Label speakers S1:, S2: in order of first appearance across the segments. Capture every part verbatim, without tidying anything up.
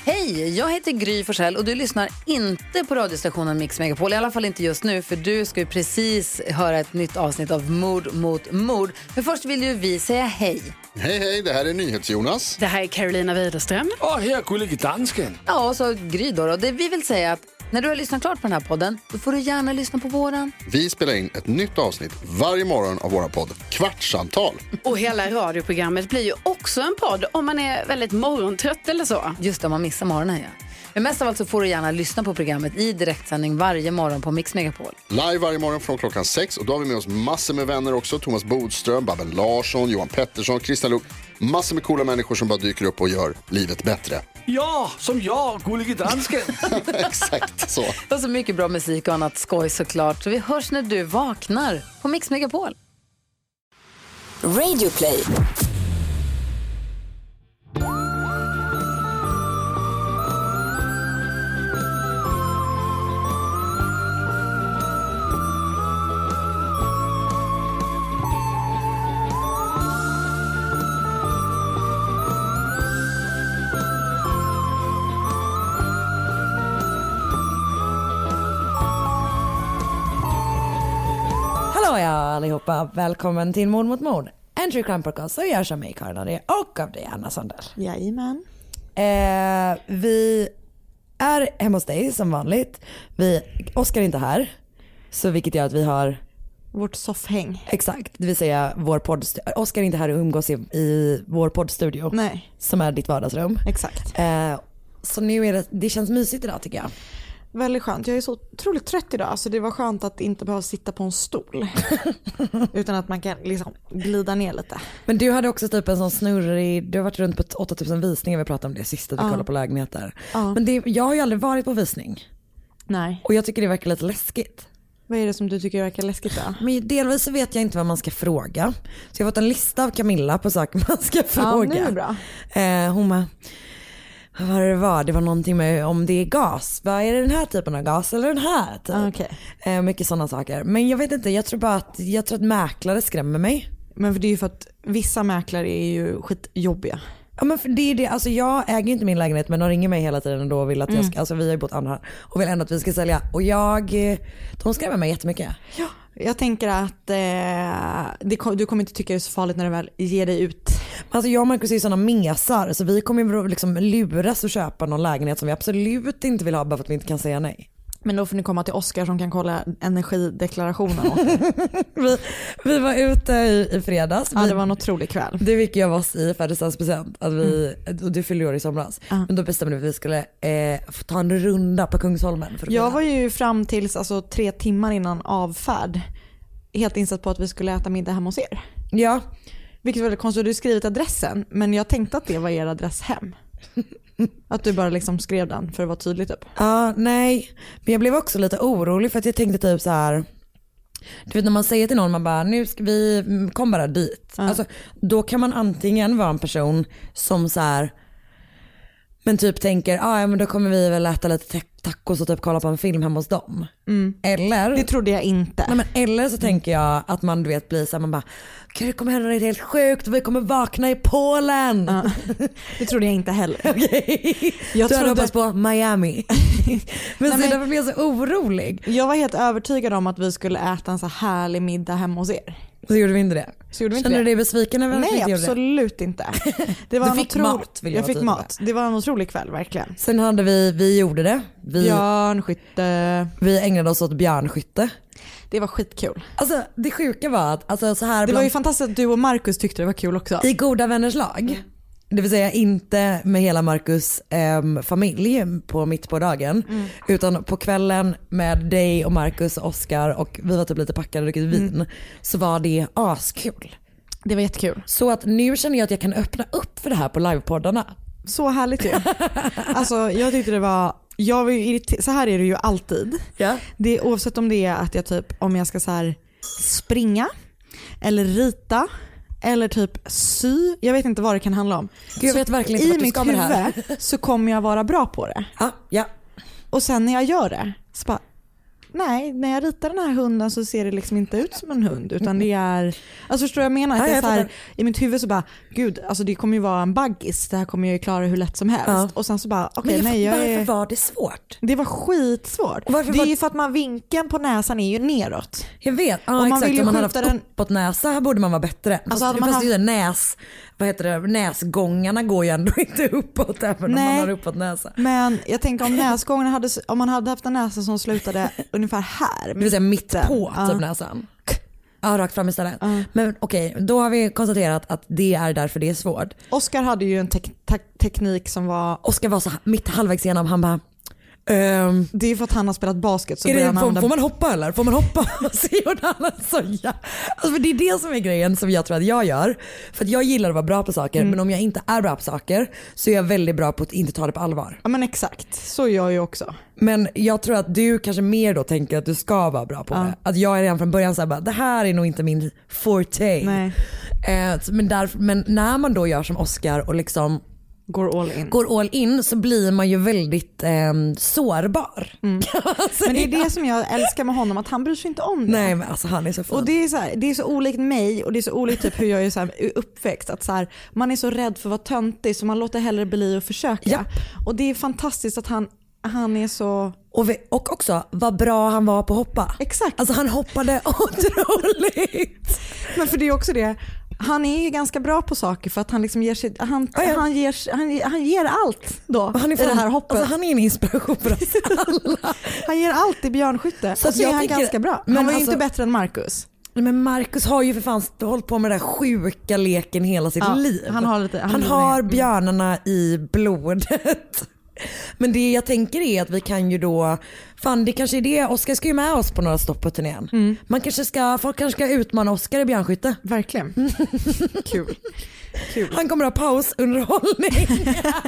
S1: Hej, jag heter Gry Forssell och du lyssnar inte på radiostationen Mix Megapol. I alla fall inte just nu, för du ska ju precis höra ett nytt avsnitt av Mord mot mord. Men först vill ju vi säga hej.
S2: Hej, hej, det här är NyhetsJonas.
S3: Det här är Carolina Widerström.
S4: Och här är Gullige Dansken.
S1: Ja, och så Gry då. Och det vi vill säga att när du har lyssnat klart på den här podden, då får du gärna lyssna på våran.
S2: Vi spelar in ett nytt avsnitt varje morgon av våra podd Kvartsamtal.
S3: Och hela radioprogrammet blir ju också en podd om man är väldigt morgontrött eller så.
S1: Just det, om man missar morgonen, ja. Men mest av allt så får du gärna lyssna på programmet i direktsändning varje morgon på Mix Megapol.
S2: Live varje morgon från klockan sex. Och då har vi med oss massor med vänner också. Thomas Bodström, Babben Larsson, Johan Pettersson, Krista Luuk. Massor med coola människor som bara dyker upp och gör livet bättre.
S4: Ja, som jag, Gullige Dansken.
S2: Exakt så.
S1: Och så mycket bra musik och annat skoj såklart. Så vi hörs när du vaknar på Mix Megapol.
S5: Radio Play.
S6: Hallå ja allihopa, välkommen till Mord mot mord. En true crime podcast som görs av mig, Karin Adé, och av dig, Anna Sandell.
S7: Jajamän.
S6: Eh, vi är hemma hos dig som vanligt. Vi, Oskar är inte här, så vilket gör att vi har
S7: vårt soffhäng.
S6: Exakt, det vill säga vår poddstudio. Oskar är inte här och umgås i, i vår poddstudio.
S7: Nej.
S6: Som är ditt vardagsrum.
S7: Exakt.
S6: Eh, så nu är det, det känns mysigt idag tycker jag.
S7: Väldigt skönt. Jag är så otroligt trött idag, så det var skönt att inte behöva sitta på en stol. Utan att man kan liksom glida ner lite.
S6: Men du hade också typ en sån snurrig, du har varit runt på åtta tusen visningar, vi pratade om det sist, att vi
S7: ja.
S6: kollar på lägenheter.
S7: Ja.
S6: Men det, jag har ju aldrig varit på visning.
S7: Nej.
S6: Och jag tycker det verkar lite läskigt.
S7: Vad är det som du tycker verkar läskigt då?
S6: Men delvis så vet jag inte vad man ska fråga. Så jag har fått en lista av Camilla på saker man ska fråga.
S7: Ja, det är bra.
S6: Eh, hon bara, vad var det var? Det var någonting med om det är gas. Vad är det den här typen av gas eller den här typ?
S7: Ah, okay.
S6: eh, mycket sådana saker. Men jag vet inte, jag tror bara att jag tror att mäklare skrämmer mig.
S7: Men för det är ju för att vissa mäklare är ju skitjobbiga.
S6: Ja men för det är det, alltså jag äger inte min lägenhet, men de ringer mig hela tiden och då vill att jag ska, mm. alltså vi har ju bott andra och vill ändå att vi ska sälja. Och jag, de skrämmer mig jättemycket.
S7: Ja, jag tänker att eh, det, du kommer inte tycka det är så farligt när du väl ger dig ut.
S6: Alltså jag och Marcus är ju sådana mesar, så vi kommer ju liksom luras och köpa någon lägenhet som vi absolut inte vill ha bara för att vi inte kan säga nej.
S7: Men då får ni komma till Oskar som kan kolla energideklarationen.
S6: vi, vi var ute i, i fredags.
S7: Ja,
S6: vi,
S7: det var en otrolig kväll.
S6: Det fick jag av oss i födelsedagspresent. Att vi, mm. och du fyllde år i somras. Uh. Men då bestämde vi att vi skulle eh, få ta en runda på Kungsholmen. För
S7: jag var ju fram tills alltså, tre timmar innan avfärd helt insatt på att vi skulle äta middag hemma hos er.
S6: Ja.
S7: Vilket var väldigt konstigt. Du skrivit adressen, men jag tänkte att det var er adress hem. Att du bara liksom skrev den för att vara tydlig typ.
S6: Ja, nej. Men jag blev också lite orolig för att jag tänkte typ så här. Du vet när man säger till någon, man bara, nu ska vi, kom bara dit. Ja. Alltså, då kan man antingen vara en person som så här, men typ tänker, ah, ja men då kommer vi väl äta lite tacos och typ kolla på en film hemma hos dem.
S7: Mm.
S6: Eller
S7: det trodde jag inte.
S6: Nej, men eller så mm. tänker jag att man du vet blir så här, man bara, det kommer hända något helt sjukt och vi kommer vakna i Polen.
S7: Ja. Det trodde jag inte heller.
S6: Okay. Jag du trodde... hade hoppats på Miami. Men Nej, så därför blev jag så orolig.
S7: Jag var helt övertygad om att vi skulle äta en så härlig middag hemma hos er.
S6: Så gjorde vi inte det.
S7: Så gjorde vi inte
S6: Kände
S7: det.
S6: du dig besviken över att
S7: Nej,
S6: vi inte
S7: absolut inte. Det var
S6: du fick
S7: otro...
S6: mat vill jag
S7: Jag fick mat. Det var en otrolig kväll verkligen.
S6: Sen hade vi, vi gjorde det. Vi,
S7: björnskytte.
S6: Vi ägnade oss åt björnskytte.
S7: Det var skitkul.
S6: Alltså det sjuka var att alltså, så här
S7: det
S6: bland...
S7: var ju fantastiskt att du och Marcus tyckte det var kul också.
S6: I goda vänners lag. Mm. Det vill säga inte med hela Marcus eh, familj på mitt på dagen. Mm. Utan på kvällen med dig och Marcus och Oskar och vi var typ lite packade och druckit vin. Mm. Så var det askul.
S7: Det var jättekul.
S6: Så att nu känner jag att jag kan öppna upp för det här på livepoddarna.
S7: Så härligt ju. Alltså jag tyckte det var... Jag var ju irriter- så här är det ju alltid.
S6: Ja.
S7: Det är, oavsett om det är att jag typ om jag ska så här springa eller rita eller typ sy, jag vet inte vad det kan handla om.
S6: Gud, jag vet verkligen inte
S7: i
S6: vart du ska med det här.
S7: huvud så kommer jag vara bra på det.
S6: Ja, ja.
S7: Och sen när jag gör det så bara, nej, när jag ritar den här hunden så ser det liksom inte ut som en hund, utan det är, alltså förstår jag menar? Att
S6: Ja,
S7: det är
S6: jag
S7: så här,
S6: fattar.
S7: i mitt huvud så bara, gud, alltså det kommer ju vara en baggis, det här kommer jag ju klara hur lätt som helst.
S6: Ja.
S7: Och sen så bara, okej,
S6: Men jag,
S7: nej, jag
S6: varför
S7: är...
S6: var det svårt?
S7: Det var skitsvårt.
S6: Varför
S7: det är
S6: var-
S7: ju för att man, vinkeln på näsan är ju neråt.
S6: Jag vet, ja,
S7: Och man
S6: exakt.
S7: vill ju
S6: Om man hade
S7: skjuta
S6: haft
S7: den-
S6: uppåt näsa här borde man vara bättre. Fast,
S7: Alltså, hade
S6: fast
S7: man
S6: det är ju näs, vad heter det, näsgångarna går ju ändå inte uppåt även om
S7: Nej.
S6: man har uppåt näsa.
S7: Men jag tänker om näsgången hade, om man hade haft en näsa som slutade ungefär här.
S6: Det vill säga mitt på
S7: Ja.
S6: typ näsan. Ja, rakt fram istället. Men okej, då har vi konstaterat att det är därför det är svårt.
S7: Oscar hade ju en tek- te- teknik som var,
S6: Oskar var så här, mitt halvvägs igenom, han bara ehm,
S7: det är för att han har spelat basket så
S6: är
S7: börjar
S6: det,
S7: han
S6: får,
S7: använda...
S6: får man hoppa eller? Får man hoppa? Så gjorde han så ja. Alltså för det är det som är grejen som jag tror att jag gör. För att jag gillar att vara bra på saker
S7: Mm.
S6: men om jag inte är bra på saker så är jag väldigt bra på att inte ta det på allvar.
S7: Ja men exakt, så gör jag ju också.
S6: Men jag tror att du kanske mer då tänker att du ska vara bra på
S7: Ja.
S6: det. Att jag är redan från början såhär bara, det här är nog inte min forte.
S7: Nej.
S6: Eh, men, därför, men när man då gör som Oscar och liksom
S7: Går all in.
S6: går all in så blir man ju väldigt eh, sårbar.
S7: Mm.
S6: Kan man säga.
S7: Men det är det som jag älskar med honom, att han bryr sig inte om det.
S6: Nej men alltså han är så fin.
S7: Och det är, så här, det är så olikt mig och det är så olikt typ hur jag är så här uppväxt. Att så här, man är så rädd för att vara töntig så man låter hellre bli att försöka.
S6: Japp.
S7: Och det är fantastiskt att han, han är så...
S6: Och, vi, och också vad bra han var på att hoppa.
S7: Exakt.
S6: Alltså han hoppade otroligt.
S7: Men för det är också det, han är ju ganska bra på saker för att han liksom ger sig, han,
S6: Ja, ja.
S7: han, ger, han, han ger allt då
S6: Och han är
S7: i det
S6: fan-
S7: här hoppet.
S6: Alltså han är en inspiration för oss alla.
S7: Han ger allt i björnskytte.
S6: Så
S7: Och så
S6: jag
S7: är han
S6: tycker-
S7: ganska bra.
S6: men
S7: Han var ju
S6: alltså-
S7: inte bättre än Marcus.
S6: Men Marcus har ju för fan hållit på med den där sjuka leken hela sitt
S7: Ja,
S6: liv.
S7: han har lite- han
S6: han
S7: är
S6: har
S7: med.
S6: björnarna i blodet. Men det jag tänker är att vi kan ju då, fan det kanske är det, Oscar ska ju med oss på några stopp på turnén.
S7: Mm.
S6: Man kanske ska, folk kanske ska utmana Oscar i björnskytte.
S7: Verkligen. Kul. Kul.
S6: Han kommer ha pausunderhållning.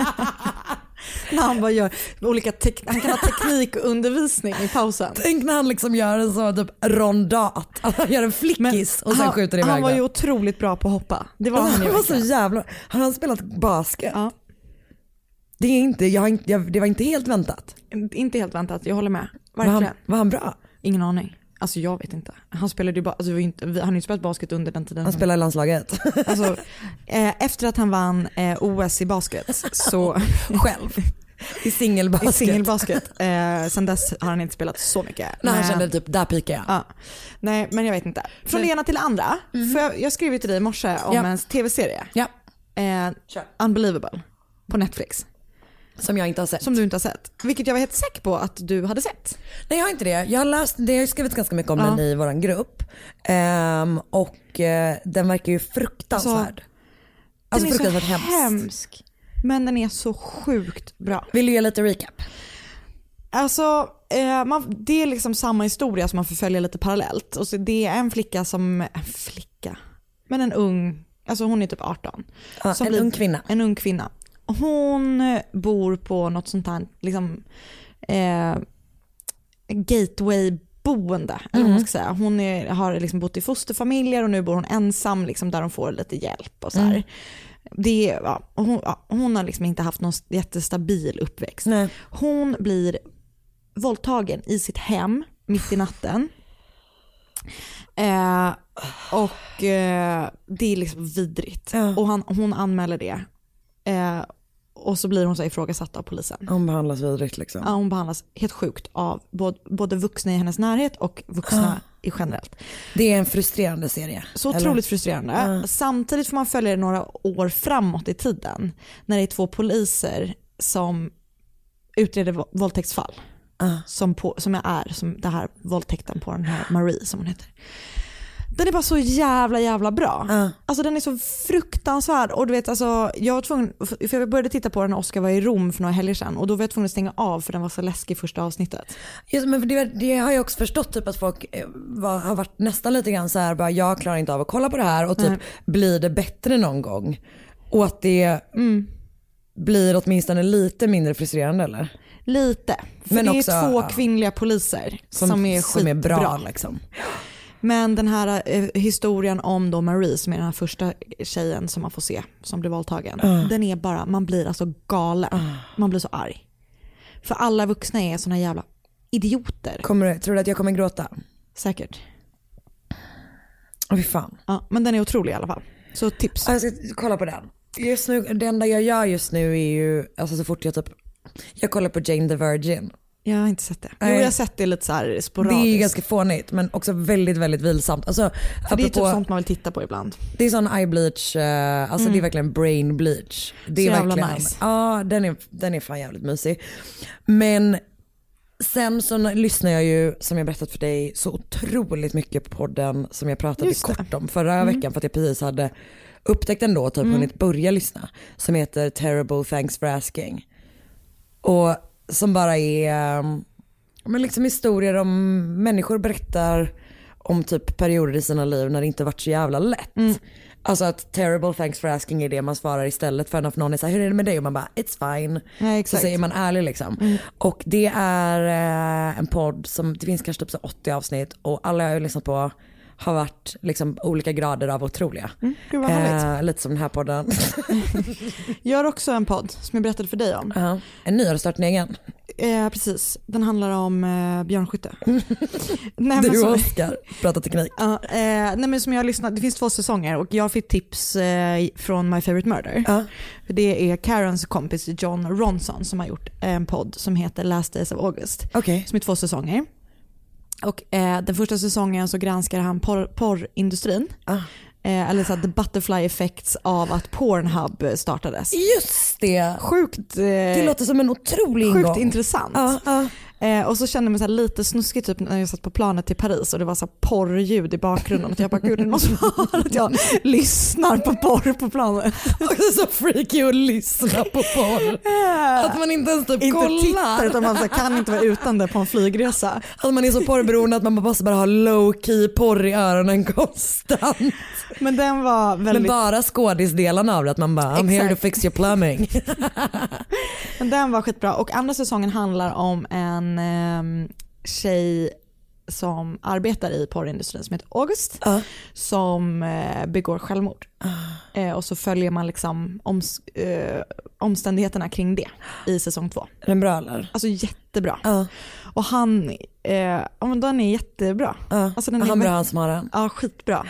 S7: När han bara gör olika tek- han kan ha teknikundervisning i pausen.
S6: Tänk när han liksom gör en så typ rondat, att han gör en flickis och sen
S7: han,
S6: skjuter iväg
S7: han var
S6: den.
S7: ju otroligt bra på att hoppa. Det var
S6: Alltså,
S7: han ju
S6: han var så
S7: verkligen.
S6: jävla, han har spelat basket.
S7: Ja,
S6: Det, är inte, jag har inte, jag, det var inte helt väntat.
S7: inte helt väntat, jag håller med.
S6: Var
S7: Verkligen.
S6: han, var han bra?
S7: Ingen aning. Alltså jag vet inte. Han spelade ju bara, alltså, det var ju inte, vi- han har ju inte spelat basket under den tiden.
S6: Han spelar i landslaget.
S7: Alltså, eh, efter att han vann eh, O S i basket så
S6: Själv. I singelbasket.
S7: i singelbasket. Eh, sen dess har han inte spelat så mycket.
S6: När han
S7: Men-
S6: kände typ, där pikar jag.
S7: Ja. Nej men jag vet inte. Från det ena till det andra. För jag, jag skrev ju till dig i morse om
S6: Ja.
S7: en tv-serie.
S6: Ja.
S7: Eh, Unbelievable. På Netflix.
S6: Som jag inte har sett.
S7: Som du inte har sett. Vilket jag var helt säker på att du hade sett.
S6: Nej jag har inte det. Jag har läst, det har skrivit ganska mycket om
S7: Ja.
S6: den i våran grupp. Ehm, och eh, den verkar ju fruktansvärd. Alltså,
S7: Den är så
S6: fruktansvärt hemskt.
S7: hemsk. Men den är så sjukt bra.
S6: Vill du ge lite recap?
S7: Alltså, eh, man, det är liksom samma historia som man får följa lite parallellt. Och så det är en flicka som, en flicka, men en ung, alltså hon är typ arton.
S6: Ja,
S7: Som
S6: en
S7: blir-
S6: ung kvinna.
S7: En ung kvinna. Hon eh, bor på något sånt här liksom, eh, gateway-boende. Eller vad man ska säga. Hon är, har liksom bott i fosterfamiljer och nu bor hon ensam liksom, där hon får lite hjälp. Och så här. Det, är- ja, hon, ja, hon har liksom inte haft någon jättestabil uppväxt.
S6: Nej.
S7: Hon blir våldtagen i sitt hem mitt i natten. Eh, och eh, det är liksom vidrigt.
S6: Ja.
S7: Och han, hon anmäler det. Eh, och så blir hon så ifrågasatt av polisen.
S6: Hon behandlas vidrigt liksom.
S7: Ja, hon behandlas helt sjukt av både, både vuxna i hennes närhet och vuxna i generellt.
S6: Det är en frustrerande serie.
S7: Så
S6: eller?
S7: otroligt frustrerande. Samtidigt får man följa det några år framåt i tiden. När det är två poliser som utreder vå- våldtäktsfall.
S6: Ah.
S7: Som, på, som jag är, som det här våldtäkten på den här Marie som hon heter. Den är bara så jävla jävla bra.
S6: Ah.
S7: Alltså den är så fruktansvärd. Och du vet alltså, jag var tvungen, för jag började titta på den när Oscar var i Rom för några helger sedan. Och då var jag tvungen att stänga av för den var så läskig i första avsnittet.
S6: Just, men för det, det har jag också förstått typ att folk eh, var, har varit nästan lite grann så här, bara, jag klarar inte av att kolla på det här och typ
S7: Nej.
S6: blir det bättre någon gång. Och att det blir åtminstone lite mindre frustrerande eller?
S7: Lite. För
S6: Men
S7: det är
S6: också,
S7: två
S6: ja.
S7: kvinnliga poliser som,
S6: Som,
S7: är
S6: som är
S7: skitbra.
S6: bra liksom.
S7: Men den här eh, historien om då Marie som är den här första tjejen som man får se som blir våldtagen. Den är bara, man blir alltså galen. Man blir så arg. För alla vuxna är såna jävla idioter.
S6: Kommer du, tror du att jag kommer gråta?
S7: Säkert.
S6: Åh fy fan.
S7: Ja, men den är otrolig i alla fall. Så tips.
S6: Ja, jag ska kolla på den. Just nu, det enda jag gör just nu är ju, alltså så fort jag typ, jag kollar på Jane the Virgin.
S7: Jag har inte sett det. Jo,
S6: Nej.
S7: jag har sett det lite så här sporadiskt.
S6: Det är ganska fånigt men också väldigt väldigt vilsamt. Alltså,
S7: För det är typ
S6: apropå,
S7: sånt man vill titta på ibland.
S6: det är sån eye bleach, uh, alltså mm. det är verkligen brain bleach. Det är
S7: så jävla
S6: verkligen,
S7: nice.
S6: Ja, den är, den är fan jävligt mysig. Men sen så lyssnar jag ju, som jag berättat för dig, så otroligt mycket på podden som jag pratade kort om förra mm. veckan för att jag precis hade upptäckt den då, typ mm. hunnit börja lyssna, som heter Terrible Thanks for Asking. Och som bara är um, men liksom historier om människor berättar om typ perioder i sina liv när det inte varit så jävla lätt. Mm. Alltså att terrible thanks for asking är det man svarar istället för att någon är så här, hur är det med dig? Och man bara, it's fine.
S7: Ja, exakt.
S6: Så säger man ärlig liksom. Mm. Och det är eh, en podd som, det finns kanske typ så åttio avsnitt och alla jag har lyssnat på har varit liksom olika grader av otroliga.
S7: Mm, gud vad härligt.
S6: Eh, lite som den här podden.
S7: Jag har också en podd som jag berättade för dig om.
S6: Uh-huh. En ny, har du startat en egen?
S7: Eh, precis, den handlar om eh, björnskytte.
S6: Nej, du och Oskar pratar teknik.
S7: Uh, eh, nej, men som jag har lyssnat, det finns två säsonger och jag fick tips eh, från My Favorite Murder. Uh. För det är Karens kompis John Ronson som har gjort en podd som heter Last Days of August.
S6: Okay.
S7: Som är två säsonger. Och eh, den första säsongen så granskar han porr, porrindustrin. Uh. Eh, eller så här, the butterfly effects av att Pornhub startades.
S6: Just det.
S7: Sjukt. Eh,
S6: det låter som en otrolig ingång.
S7: Sjukt intressant. Uh, uh. Eh, och så kände jag mig så här lite snuskig typ när jag satt på planet till Paris och det var så här porrljud i bakgrunden. Och jag bara, gud det måste vara att jag lyssnar på porr på planet.
S6: Också så freaky att lyssna på porr. Uh, att man inte ens typ
S7: inte
S6: kollar.
S7: Tittar, utan man så här, kan inte vara utan det på en flygresa.
S6: Att man är så porrberoende att man måste bara ha low key porr i öronen konstant.
S7: Men den var väldigt...
S6: Men bara skådisdelarna av det, att man bara, I'm Exakt. Here to fix your plumbing.
S7: Men den var skitbra. Och andra säsongen handlar om en eh, tjej som arbetar i porrindustrin som heter August. Uh. Som eh, begår självmord. Uh. Eh, och så följer man liksom oms, eh, omständigheterna kring det i säsong två.
S6: Är den bra eller?
S7: Alltså jättebra.
S6: Uh.
S7: Och han, eh, ja, men den är jättebra.
S6: Uh.
S7: Alltså, den
S6: är han
S7: är
S6: bra, han som har den.
S7: Ja, skitbra.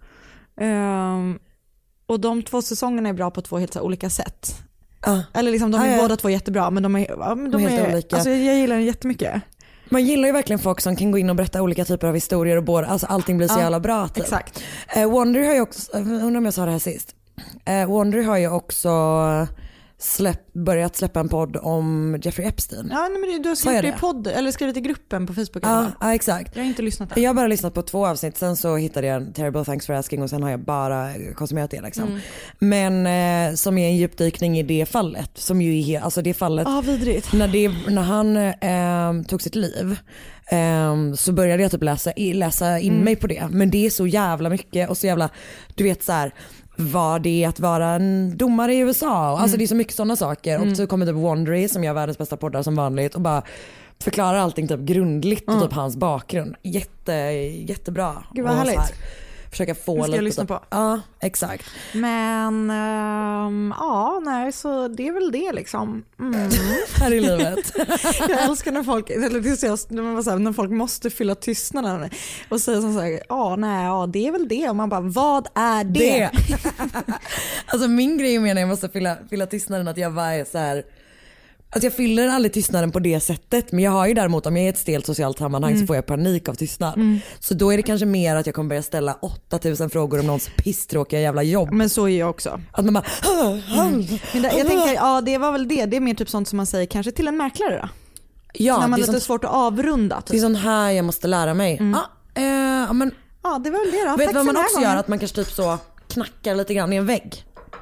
S7: Um, och de två säsongerna är bra på två helt så olika sätt. Uh. Eller liksom de är ah, ja. båda två jättebra, men de är, ja, men de
S6: de är helt
S7: är
S6: olika.
S7: Alltså jag gillar den jättemycket.
S6: Man gillar ju verkligen folk som kan gå in och berätta olika typer av historier och båda, alltså allting blir så uh, jävla bra typ.
S7: Exakt.
S6: Uh, Wonder har ju också, undrar om jag sa det här sist. Uh, Wonder har ju också släpp, börjat släppa en podd om Jeffrey Epstein.
S7: Ja, nej, men du har skrivit i podd eller skrivit i gruppen på Facebook.
S6: Ja, ja, exakt.
S7: Jag har inte lyssnat där.
S6: Jag har bara lyssnat på två avsnitt, sen så hittade jag en Terrible Thanks for Asking och sen har jag bara konsumerat det liksom. Mm. Men eh, som är en djupdykning i det fallet, som ju är, alltså det fallet.
S7: Ja, vidrigt.
S6: När, det, när han eh, tog sitt liv eh, så började jag typ läsa, läsa in mm. mig på det. Men det är så jävla mycket och så jävla, du vet så här, vad det är att vara en domare i U S A. Alltså mm. det är så mycket sådana saker. Mm. Och så kommer typ Wondery som gör världens bästa poddar som vanligt och bara förklarar allting typ grundligt och mm. typ hans bakgrund. Jätte, jättebra.
S7: Gud vad härligt.
S6: Försöka få
S7: lite.
S6: Ska jag
S7: lyssna
S6: typ,
S7: på.
S6: Ja, exakt.
S7: Men um, ja, nej, så det är väl det liksom. Mm.
S6: Här i livet.
S7: Jag älskar när folk, eller det är så, när, man så här, när folk måste fylla tystnaden och säger så här, ja, nej, ja, det är väl det. Och man bara, vad är det? det.
S6: Alltså min grej med när jag måste fylla, fylla tystnaden att jag bara är så här. Alltså jag fyller aldrig tystnaden på det sättet, men jag har ju däremot, om jag är i ett stelt socialt sammanhang mm. så får jag panik av tystnad. Mm. Så då är det kanske mer att jag kommer börja ställa åtta tusen frågor om någons pisstråkiga jävla jobb.
S7: Men så är jag också.
S6: Att man bara,
S7: mm. Men det, jag tänker, ja det var väl det, det är mer typ sånt som man säger kanske till en mäklare då.
S6: Ja,
S7: så när man
S6: det är
S7: lite
S6: sånt,
S7: svårt att avrunda. Typ.
S6: Det är sånt här jag måste lära mig. Mm. Ah, eh, men,
S7: ja, det var väl det då.
S6: Vet du vad man också gör? Att man kanske typ så knackar lite grann i en vägg.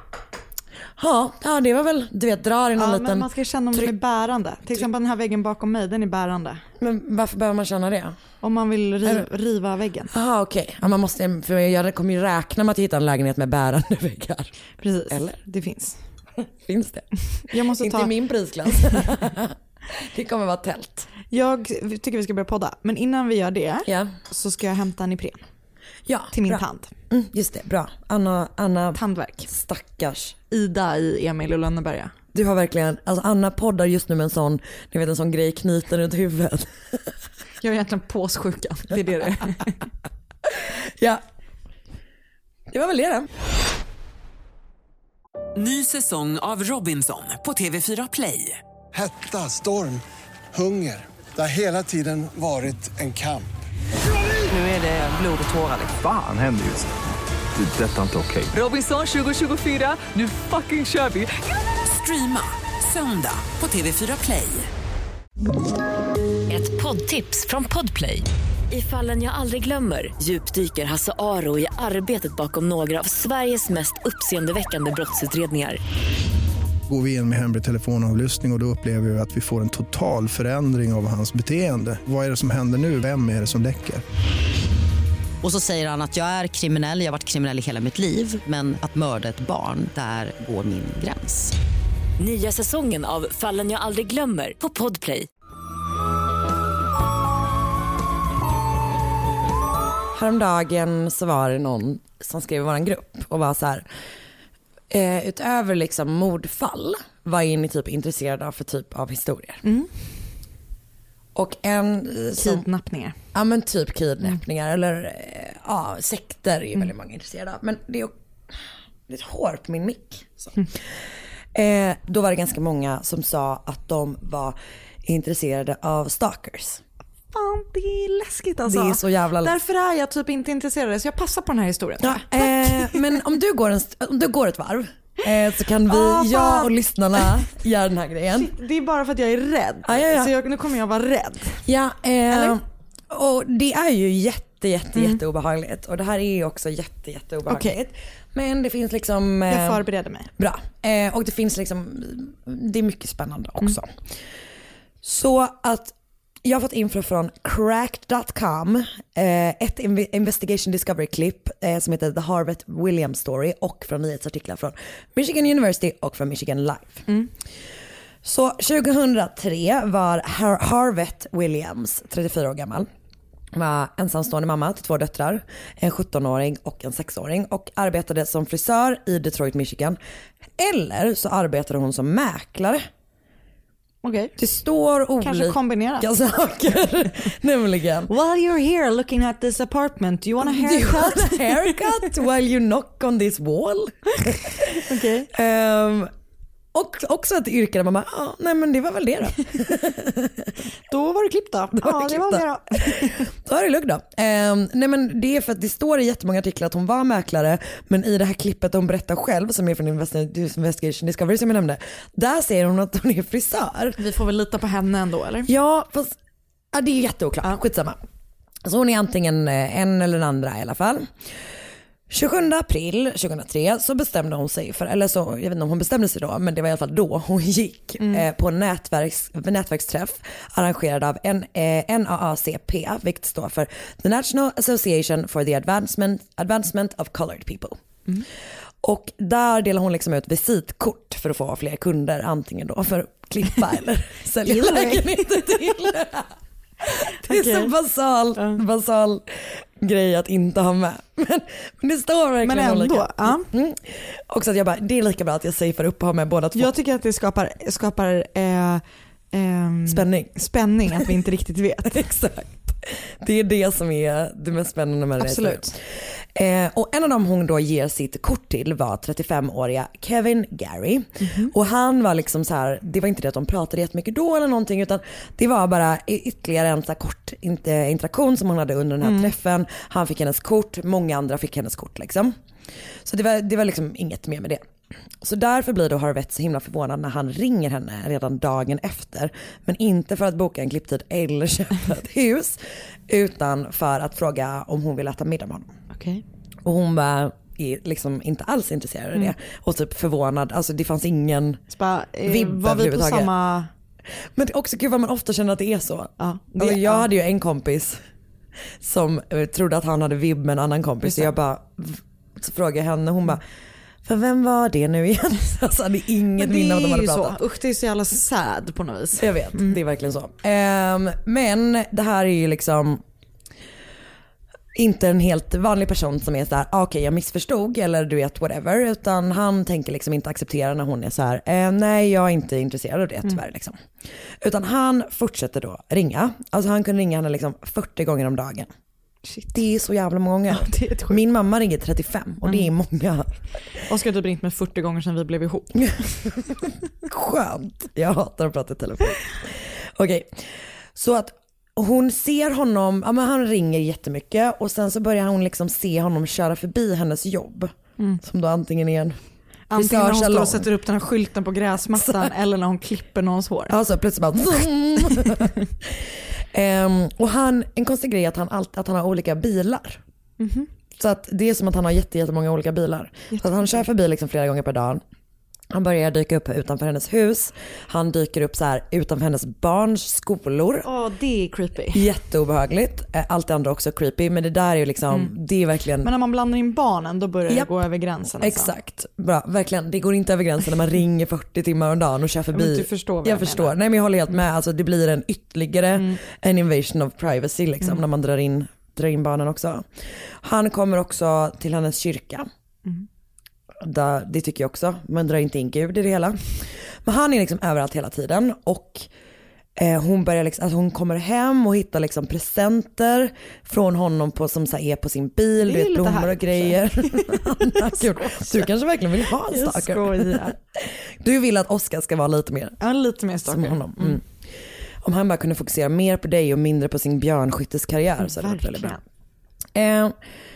S6: Ja, ja, det var väl, du vet, drar i någon
S7: ja,
S6: liten...
S7: men man ska känna om tryck... den är bärande. Till exempel den här väggen bakom mig, den är bärande.
S6: Men varför behöver man känna det?
S7: Om man vill riv, riva väggen.
S6: Jaha, okej. Okay. Ja, man måste, för jag kommer ju räkna med att hitta en lägenhet med bärande väggar.
S7: Precis,
S6: eller?
S7: Det finns.
S6: Finns det?
S7: Jag måste
S6: Inte
S7: ta...
S6: i min prisklass. Det kommer vara tält.
S7: Jag tycker vi ska börja podda. Men innan vi gör det
S6: yeah.
S7: så ska jag hämta en Ipren.
S6: Ja,
S7: till min
S6: bra.
S7: tand.
S6: Mm, just det, bra. Anna, Anna
S7: Tandvärk.
S6: Stackars.
S7: Ida i Emil och Lönneberga.
S6: Du har verkligen, alltså Anna poddar just nu med en sån, ni vet en sån grej knuten runt huvudet.
S7: Jag är egentligen påssjuka, det är det det är.
S6: Ja, det var väl det då.
S5: Ny säsong av Robinson på T V fyra Play.
S8: Hetta, storm, hunger. Det har hela tiden varit en kamp.
S5: Nu är det blod och tårar.
S9: Fan händer just det. Det är detta inte okej.
S5: Robinson tjugo tjugofyra, nu fucking kör vi. Streama söndag på T V fyra Play.
S10: Ett poddtips från Podplay. I Fallen jag aldrig glömmer djupdyker Hasse Aro i arbetet bakom några av Sveriges mest uppseendeväckande brottsutredningar.
S11: Går vi in med hemlig telefonavlyssning och, och då upplever vi att vi får en total förändring av hans beteende. Vad är det som händer nu? Vem är det som läcker?
S12: Och så säger han att jag är kriminell, jag har varit kriminell i hela mitt liv. Men att mörda ett barn, där går min gräns.
S10: Nya säsongen av Fallen jag aldrig glömmer på Podplay.
S6: Häromdagen så var det någon som skrev i vår grupp och var så här, eh, utöver liksom mordfall, vad är ni typ intresserade av för typ av historier?
S7: Mm.
S6: Och en som,
S7: kidnappningar.
S6: Ja men typ kidnappningar mm. eller eh, ja, sekter är mm. väldigt många intresserade av. Men det är lite hår på min mick. Så. Mm. Eh, då var det ganska många som sa att de var intresserade av stalkers.
S7: Fan, det är läskigt alltså.
S6: Det är så jävla läskigt.
S7: Därför är jag typ inte intresserad, så jag passar på den här historien.
S6: Ja, eh, men om du går, en, om du går ett varv eh, så kan vi, oh, jag och lyssnarna göra den här grejen.
S7: Shit, det är bara för att jag är rädd.
S6: Ah, ja, ja.
S7: Så jag, nu kommer jag vara rädd.
S6: Ja, eh, och det är ju jätte, jätte, mm. jätte obehagligt. Och det här är ju också jätte, jätte obehagligt. Okay. Men det finns liksom... Eh,
S7: jag förbereder mig.
S6: Bra. Eh, och det finns liksom, det är mycket spännande också. Mm. Så att jag har fått info från cracked dot com, eh, ett Investigation Discovery-klipp eh, som heter The Harvett Williams Story och från nyhetsartiklar från Michigan University och från Michigan Live. Mm. Så tjugohundratre var Har- Harvett Williams trettiofyra år gammal. Var ensamstående mamma till två döttrar, en sjuttonåring och en sexåring, och arbetade som frisör i Detroit, Michigan. Eller så arbetade hon som mäklare.
S7: Okay.
S6: Det står olika
S7: kanske kombinerat
S6: saker. Nämligen,
S7: while you're here looking at this apartment, do you want a haircut?
S6: Do you want a haircut while you knock on this wall?
S7: Okay.
S6: Um, och också ett yrke där man bara, ah, nej men det var väl det då.
S7: Då var det klippt då.
S6: Då
S7: ja, det var det då.
S6: Då är det lugnt då. Um, nej men det är för att det står i jättemånga artiklar att hon var mäklare, men i det här klippet hon berättar själv, som är från Investigation Discovery som jag nämnde, där säger hon att hon är frisör.
S7: Vi får väl lita på henne ändå, eller?
S6: Ja, fast ja, det är jätteoklart. Ja. Skitsamma. Så hon är antingen en eller den andra i alla fall. tjugosjunde april tjugohundratre så bestämde hon sig för, eller så, jag vet inte om hon bestämde sig då, men det var i alla fall då hon gick mm. eh, på en nätverks, nätverksträff arrangerad av en, eh, N A A C P, vilket står för The National Association for the Advancement, Advancement of Colored People. Mm. Och där delar hon liksom ut visitkort för att få fler kunder, antingen då för att klippa eller sälja lägenheter till. Det är okay. så basal, uh. basal grej att inte ha med. Men, men det står verkligen
S7: men ändå,
S6: olika.
S7: Ja.
S6: Mm. Och så att jag bara, det är lika bra att jag safear upp och har med båda två.
S7: Jag tycker att det skapar, skapar eh, eh,
S6: spänning.
S7: spänning att vi inte riktigt vet.
S6: Exakt. Det är det som är det mest spännande med det.
S7: Absolut.
S6: Eh, och en av dem hon då ger sitt kort till var trettiofemåriga Kevin Gary. Mm-hmm. Och han var liksom så här, det var inte det att de pratade jättemycket då eller någonting, utan det var bara ytterligare en så här kort interaktion som hon hade under den här mm. träffen. Han fick hennes kort, många andra fick hennes kort liksom. Så det var, det var liksom inget mer med det. Så därför blir då Harvett så himla förvånad när han ringer henne redan dagen efter. Men inte för att boka en klipptid eller köpa ett hus, utan för att fråga om hon vill äta middag med honom.
S7: Okay.
S6: Och hon var liksom inte alls intresserad av det. Mm. Och typ förvånad, alltså det fanns ingen
S7: bara, eh, vibb var vi på samma...
S6: Men det är också kul vad man ofta känner att det är så.
S7: Ja, det,
S6: alltså, jag
S7: ja.
S6: hade ju en kompis som uh, trodde att han hade vibb med en annan kompis. Så jag bara, så frågade jag henne, hon bara, för vem var det nu igen? Alltså hade inget minne av vad de hade pratat.
S7: Så. Usch, det är så jävla sad på något vis.
S6: Jag vet, mm. det är verkligen så. Um, men det här är ju liksom, inte en helt vanlig person som är så här, ah, okej okay, jag missförstod eller du vet whatever, utan han tänker liksom inte acceptera när hon är så här, eh, nej jag är inte intresserad av det tyvärr mm. liksom. Utan han fortsätter då ringa, alltså han kunde ringa henne liksom fyrtio gånger om dagen. Shit. Det är så jävla många gånger. Ja, det är min mamma ringer trettiofem och mm. det är många.
S7: Oskar har typ ringt mig fyrtio gånger sedan vi blev ihop.
S6: Skönt, jag hatar att prata i telefon. Okej, okay. Så att hon ser honom, ja men han ringer jättemycket och sen så börjar hon liksom se honom köra förbi hennes jobb. Mm. Som då antingen är en
S7: antingen när hon står och sätter upp den här skylten på gräsmattan eller när hon klipper någons hår.
S6: Alltså plötsligt bara um, och han, en konstig grej är att han, alltid, att han har olika bilar. Mm-hmm. Så att det är som att han har jätte, jättemånga olika bilar. Så att han kör förbi liksom flera gånger per dag. Han börjar dyka upp utanför hennes hus. Han dyker upp så här utanför hennes barns skolor.
S7: Åh, oh, det är creepy.
S6: Jätteobehagligt. Allt det andra också creepy. Men det där är ju liksom, mm. det är verkligen...
S7: Men när man blandar in barnen då börjar yep. det gå över gränsen. Alltså.
S6: Exakt. Bra, verkligen. Det går inte över gränsen när man ringer fyrtio timmar om dagen och kör förbi.
S7: Du förstår vad
S6: jag,
S7: jag
S6: förstår.
S7: menar.
S6: Nej men jag håller helt med. Alltså det blir en ytterligare mm. en invasion of privacy liksom mm. när man drar in, drar in barnen också. Han kommer också till hennes kyrka. Mm. Där, det tycker jag också. Man drar inte in Gud i det hela. Men han är liksom överallt hela tiden. Och eh, hon börjar liksom, alltså hon kommer hem och hittar liksom presenter från honom på, som så här, är på sin bil. Du vet, blommor och grejer. Du kanske verkligen vill ha en stalker. Du vill att Oskar ska vara lite mer,
S7: ja, lite mer stalker.
S6: Som honom. Mm. Om han bara kunde fokusera mer på dig och mindre på sin björnskytteskarriär mm, så hade det varit väldigt bra. Eh,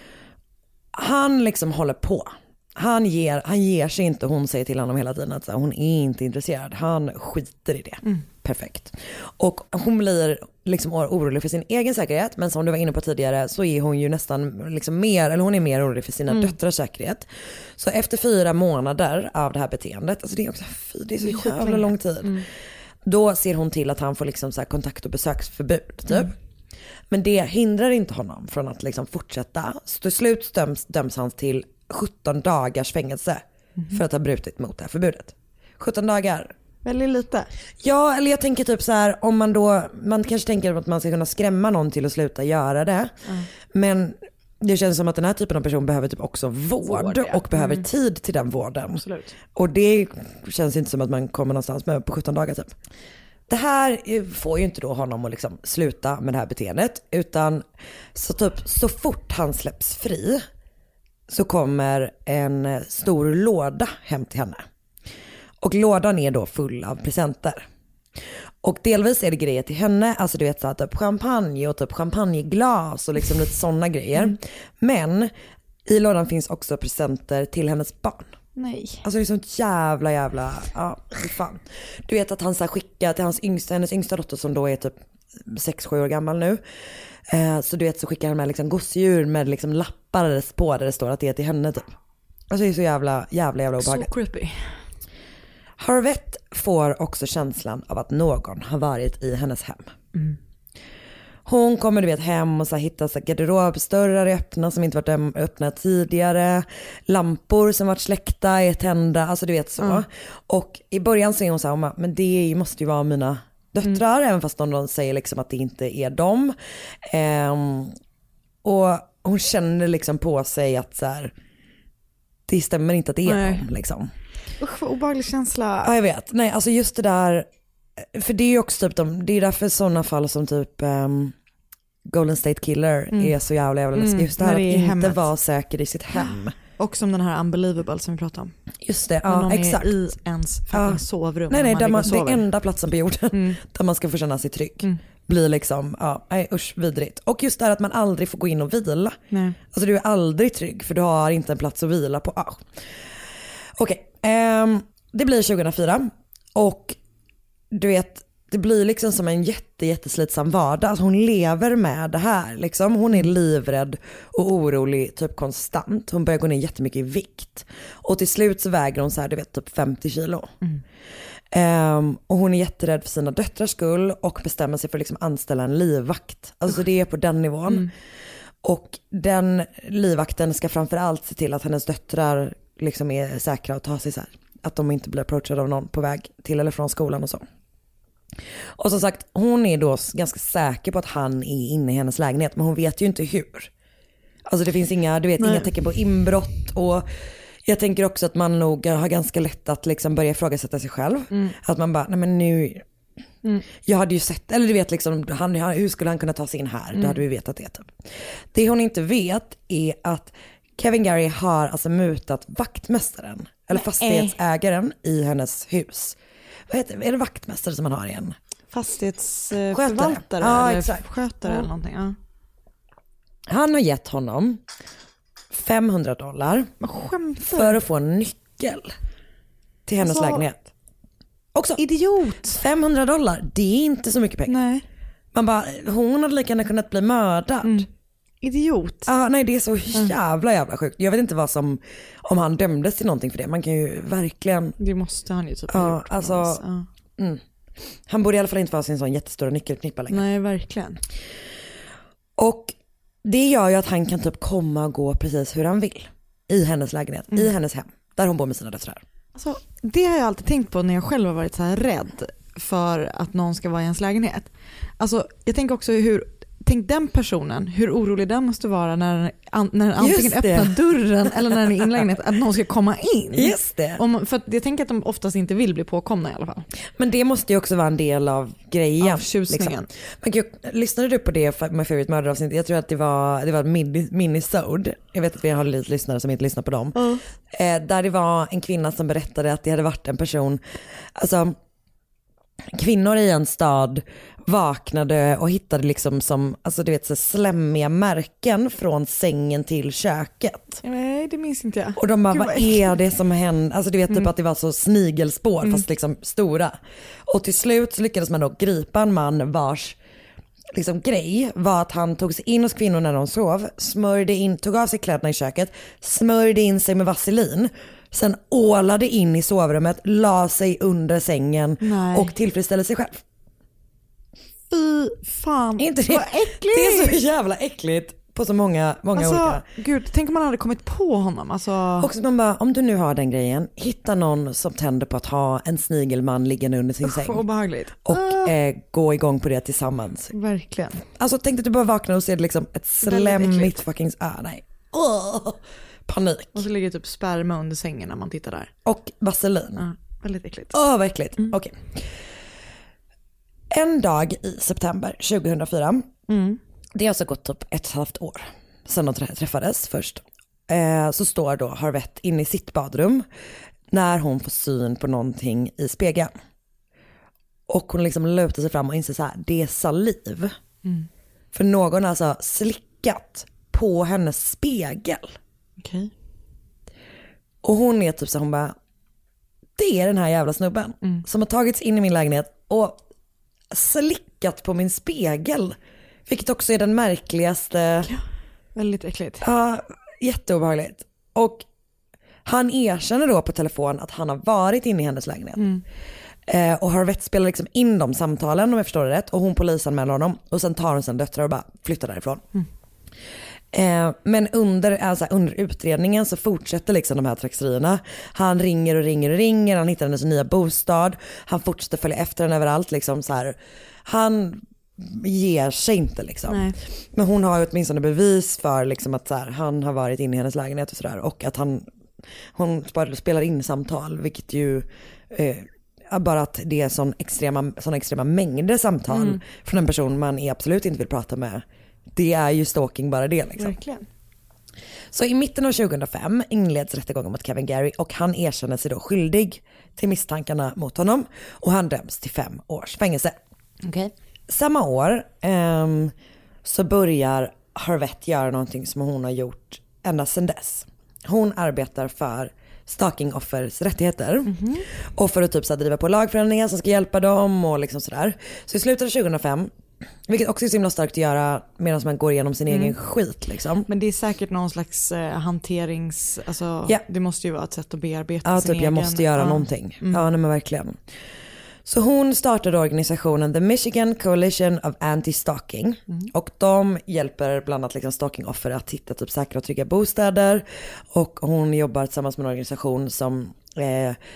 S6: han liksom håller på. Han ger, han ger sig inte, hon säger till honom hela tiden att så, hon är inte intresserad. Han skiter i det. Mm. Perfekt. Och hon blir liksom orolig för sin egen säkerhet. Men som du var inne på tidigare så är hon ju nästan liksom mer, eller hon är mer orolig för sina mm. döttrars säkerhet. Så efter fyra månader av det här beteendet, alltså det är också det är så jävla lång tid. Mm. Då ser hon till att han får liksom så här kontakt- och besöksförbud typ. Mm. Men det hindrar inte honom från att liksom fortsätta. Så till slut döms, döms han till sjutton dagars fängelse mm. för att ha brutit mot det här förbudet. sjutton dagar.
S7: Väldigt lite.
S6: Ja, eller jag tänker typ så här, om man då, man kanske tänker att man ska kunna skrämma någon till att sluta göra det. Mm. Men det känns som att den här typen av person behöver typ också vård, vård ja. och behöver mm. tid till den vården.
S7: Absolut.
S6: Och det känns inte som att man kommer någonstans med på sjutton dagar typ. Det här får ju inte då honom att liksom sluta med det här beteendet, utan så typ så fort han släpps fri så kommer en stor låda hem till henne. Och lådan är då full av presenter. Och delvis är det grejer till henne, alltså du vet så här, typ champagne och typ champagneglas och liksom lite sådana grejer. Mm. Men i lådan finns också presenter till hennes barn.
S7: Nej.
S6: Alltså det är sånt jävla jävla, ja, fan. Du vet att han så här skickar till hans yngsta, hennes yngsta dotter som då är typ sex sju år gammal nu. Eh, så du vet så skickar han med liksom gosedjur med liksom lappar på där det står att det är till henne typ. Alltså det är så jävla jävla jävla obehagligt.
S7: Så creepy.
S6: Harvette får också känslan av att någon har varit i hennes hem. Mm. Hon kommer du vet hem och så hittar så garderobsdörrar öppna som inte varit öppna tidigare. Lampor som varit släckta är tända, alltså du vet så. Mm. Och i början så är hon så här, men det måste ju vara mina döttrar, mm. även fast de säger liksom att det inte är dem. Um, och hon känner liksom på sig att så här, det stämmer inte att det är Nej. dem liksom.
S7: Usch, vad obehaglig känsla.
S6: Ja, jag vet. Nej, alltså just det där, för det är ju också typ de, det är därför sådana fall som typ um, Golden State Killer mm. är så jävla jävla läskigt. Just det här det att inte hemmet. vara säker i sitt hem.
S7: Och som den här Unbelievable som vi pratade om.
S6: Just det, ja exakt.
S7: Är i ens ja. sovrum.
S6: Nej nej,
S7: man
S6: där man, det enda platsen på jorden mm. där man ska få känna sig trygg.
S7: Mm.
S6: Blir liksom, ja, nej, usch, vidrigt. Och just det här att man aldrig får gå in och vila.
S7: Nej.
S6: Alltså du är aldrig trygg för du har inte en plats att vila på. Ah. Okej, okay. um, det blir tjugohundrafyra och du vet, det blir liksom som en jätte, jätteslitsam vardag. Alltså hon lever med det här. Liksom. Hon är livrädd och orolig typ konstant. Hon börjar gå ner jättemycket i vikt. Och till slut så väger hon så här, du vet, typ femtio kilo. Mm. Um, och hon är jätterädd för sina döttrars skull och bestämmer sig för att liksom anställa en livvakt. Alltså det är på den nivån. Mm. Och den livvakten ska framförallt se till att hennes döttrar liksom är säkra och ta sig så här. Att de inte blir approachade av någon på väg till eller från skolan och så. Och som sagt, hon är då ganska säker på att han är inne i hennes lägenhet, men hon vet ju inte hur. Alltså det finns inga, du vet, inga tecken på inbrott. Och jag tänker också att man nog har ganska lätt att liksom börja ifrågasätta sig själv. Mm. Att man bara, nej men nu... Mm. Jag hade ju sett, eller du vet liksom, han, hur skulle han kunna ta sig in här? Mm. Då hade vi vetat det typ. Det hon inte vet är att Kevin Gary har alltså mutat vaktmästaren, eller fastighetsägaren i hennes hus. Vad heter det? Är det vaktmästare som man har igen?
S7: Fastighetsförvaltare
S6: ja,
S7: eller
S6: exakt.
S7: skötare
S6: ja.
S7: eller någonting. Ja.
S6: Han har gett honom femhundra dollar för att få en nyckel till hennes alltså, lägenhet. Också
S7: idiot.
S6: femhundra dollar, det är inte så mycket pengar.
S7: Nej.
S6: Man bara, hon hade lika gärna kunnat bli mördad. Mm.
S7: Idiot.
S6: Ah, nej, det är så jävla jävla sjukt. Jag vet inte vad som, om han dömdes till någonting för det. Man kan ju verkligen...
S7: Det måste han ju typ
S6: ha
S7: ah,
S6: gjort. Alltså,
S7: ah.
S6: mm. Han borde i alla fall inte vara sin sån jättestora nyckelknippa längre.
S7: Nej, verkligen.
S6: Och det gör ju att han kan typ komma och gå precis hur han vill. I hennes lägenhet, mm. i hennes hem. Där hon bor med sina döttrar.
S7: Alltså, det har jag alltid tänkt på när jag själv har varit så här rädd för att någon ska vara i ens lägenhet. Alltså, jag tänker också hur, tänk den personen, hur orolig den måste vara när, när den antingen öppnar dörren eller när den är inlägenhet, att någon ska komma in.
S6: Just det.
S7: Om, för att jag tänker att de oftast inte vill bli påkomna i alla fall.
S6: Men det måste ju också vara en del av grejen.
S7: Av tjusningen.
S6: Liksom. Men gud, lyssnade du på det My Favorite Murder-avsnitt? Jag tror att det var, det var ett minisode. Jag vet att vi har lite lyssnare som inte lyssnar på dem. Mm. Eh, där det var en kvinna som berättade att det hade varit en person, alltså kvinnor i en stad vaknade och hittade liksom som, alltså du vet, så slämmiga märken från sängen till köket.
S7: Nej, det minns inte jag.
S6: Och de bara, vad är det som händer? Alltså du vet mm. typ att det var så snigelspår mm. fast liksom stora. Och till slut så lyckades man då gripa en man vars liksom grej var att han tog sig in hos kvinnor när de sov, smörjde in, tog av sig kläderna i köket, smörjde in sig med vaselin. Sen ålade in i sovrummet, la sig under sängen Nej. och tillfredsställde sig själv.
S7: Fy fan,
S6: inte det,
S7: vad äckligt.
S6: Det är så jävla äckligt på så många, många
S7: alltså,
S6: olika.
S7: Gud, tänk om man hade kommit på honom. Alltså...
S6: Och så man bara, om du nu har den grejen, hitta någon som tänder på att ha en snigelman liggande under sin Usch, säng.
S7: Obehagligt.
S6: Och uh. eh, gå igång på det tillsammans.
S7: Verkligen.
S6: Alltså tänk att du bara vaknar och ser liksom ett slemmigt fucking... Ah, nej. Oh. Panik.
S7: Och så ligger typ sperma under sängen när man tittar där.
S6: Och vaselin.
S7: Ja, väldigt äckligt.
S6: Åh, oh, vad äckligt. Mm. Okej. Okay. En dag i september tjugohundrafyra. Mm. Det har alltså gått typ ett och ett halvt år sedan de träffades först. Eh, så står då Harvette inne i sitt badrum när hon får syn på någonting i spegeln. Och hon liksom lutar sig fram och inser så här, det är saliv. Mm. För någon har alltså slickat på hennes spegel.
S7: Okej. Okay.
S6: Och hon är typ så, hon bara, det är den här jävla snubben mm. som har tagits in i min lägenhet och slickat på min spegel. Vilket också är den märkligaste.
S7: Ja, väldigt äckligt.
S6: Ja, jätteobehagligt. Och han erkänner då på telefon att han har varit inne i hennes lägenhet. Mm. Eh, och Harvette spelar liksom in de samtalen, om jag förstår det rätt. Och hon polisanmäler honom. Och sen tar hon sina döttrar och bara flyttar därifrån. Mm. Eh, men under, alltså under utredningen så fortsätter liksom de här trakassierna. Han ringer och ringer och ringer. Han hittar hennes nya bostad. Han fortsätter följa efter henne överallt. Liksom så här. Han ger sig inte liksom. Nej. Men hon har ju åtminstone bevis för liksom att så här, han har varit inne i hennes lägenhet och sådär. Och att han, hon spelar in samtal. Vilket ju... Eh, bara att det är sån extrema, sån extrema mängder samtal mm. från en person man är absolut inte vill prata med. Det är ju stalking bara det liksom.
S7: Verkligen.
S6: Så i mitten av tjugohundrafem inleds rättegången mot Kevin Gary och han erkänner sig då skyldig till misstankarna mot honom och han döms till fem års fängelse.
S7: Okay.
S6: Samma år um, så börjar Harvette göra någonting som hon har gjort ända sedan dess. Hon arbetar för stalkingoffers rättigheter mm-hmm. och för att typ så här driva på lagförändringar som ska hjälpa dem och liksom sådär. Så i slutet av tjugohundrafem, vilket också är så himla starkt att göra medan man går igenom sin mm. egen skit liksom.
S7: Men det är säkert någon slags eh, hanterings, alltså
S6: yeah.
S7: det måste ju vara ett sätt att bearbeta
S6: ja,
S7: sin
S6: typ,
S7: egen.
S6: Jag måste göra
S7: ja.
S6: någonting.
S7: Mm.
S6: Ja, nej, men verkligen. Så hon startade organisationen The Michigan Coalition of Anti-Stalking mm. och de hjälper bland annat liksom stalkingoffer att hitta typ säkra och trygga bostäder och hon jobbar tillsammans med en organisation som, eh,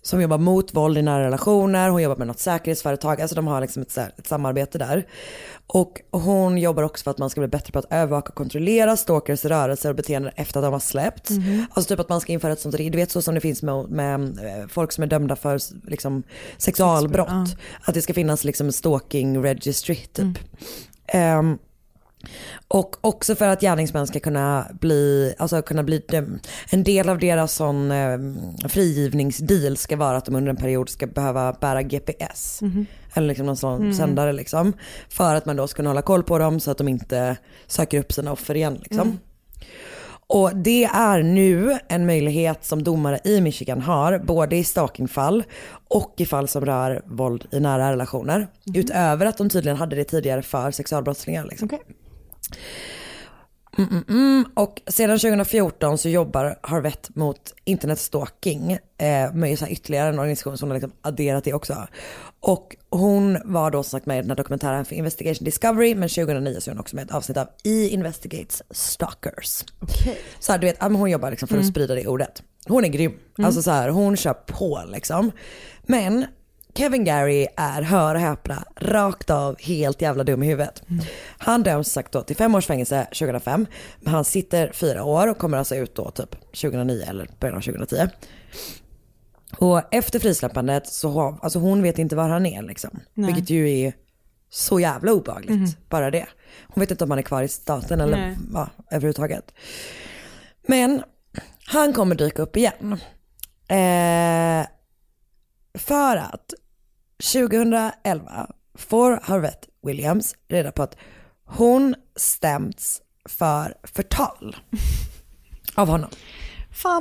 S6: som jobbar mot våld i nära relationer. Hon jobbar med något säkerhetsföretag. Alltså de har liksom ett, ett samarbete där. Och hon jobbar också för att man ska bli bättre på att övervaka och kontrollera stalkers rörelser och beteenden efter att de har släppts. Mm. Alltså typ att man ska införa ett sånt, du vet så som det finns med, med folk som är dömda för liksom, sexualbrott. Ja. Att det ska finnas liksom en stalking registry typ. Mm. Um, och också för att gärningsmän ska kunna bli, alltså kunna bli en del av deras sån eh, frigivningsdeal ska vara att de under en period ska behöva bära G P S. Mm. Eller liksom någon sån mm. sändare liksom. För att man då ska kunna hålla koll på dem så att de inte söker upp sina offer igen liksom. Mm. Och det är nu en möjlighet som domare i Michigan har, både i stalkingfall och i fall som rör våld i nära relationer. Mm. Utöver att de tydligen hade det tidigare för sexualbrottslingar liksom. Okay. Mm, mm, mm. Och sedan tjugo fjorton så jobbar Harvett mot internetstalking eh, med så här ytterligare en organisation som har liksom adderat det också. Och hon var då sagt med i den här dokumentären för Investigation Discovery, men tjugohundranio så är hon också med ett avsnitt av E Investigates Stalkers. Okay. Så här, du vet, hon jobbar liksom för att mm. sprida det ordet. Hon är grym. Mm. Alltså så här, hon kör på liksom. Men Kevin Gary är, hör och häpna, rakt av helt jävla dum i huvudet. Mm. Han döms sagt då till fem års fängelse tjugohundrafem. Men han sitter fyra år och kommer alltså ut då typ tjugohundranio eller början av tjugohundratio. Och efter frisläppandet så har, alltså hon vet inte var han är liksom. Nej. Vilket ju är så jävla obehagligt. Mm. Bara det. Hon vet inte om han är kvar i staten eller ja, överhuvudtaget. Men han kommer dyka upp igen. Eh, för att tjugohundraelva får Harvett Williams reda på att hon stämts för förtal av honom.
S7: Fan,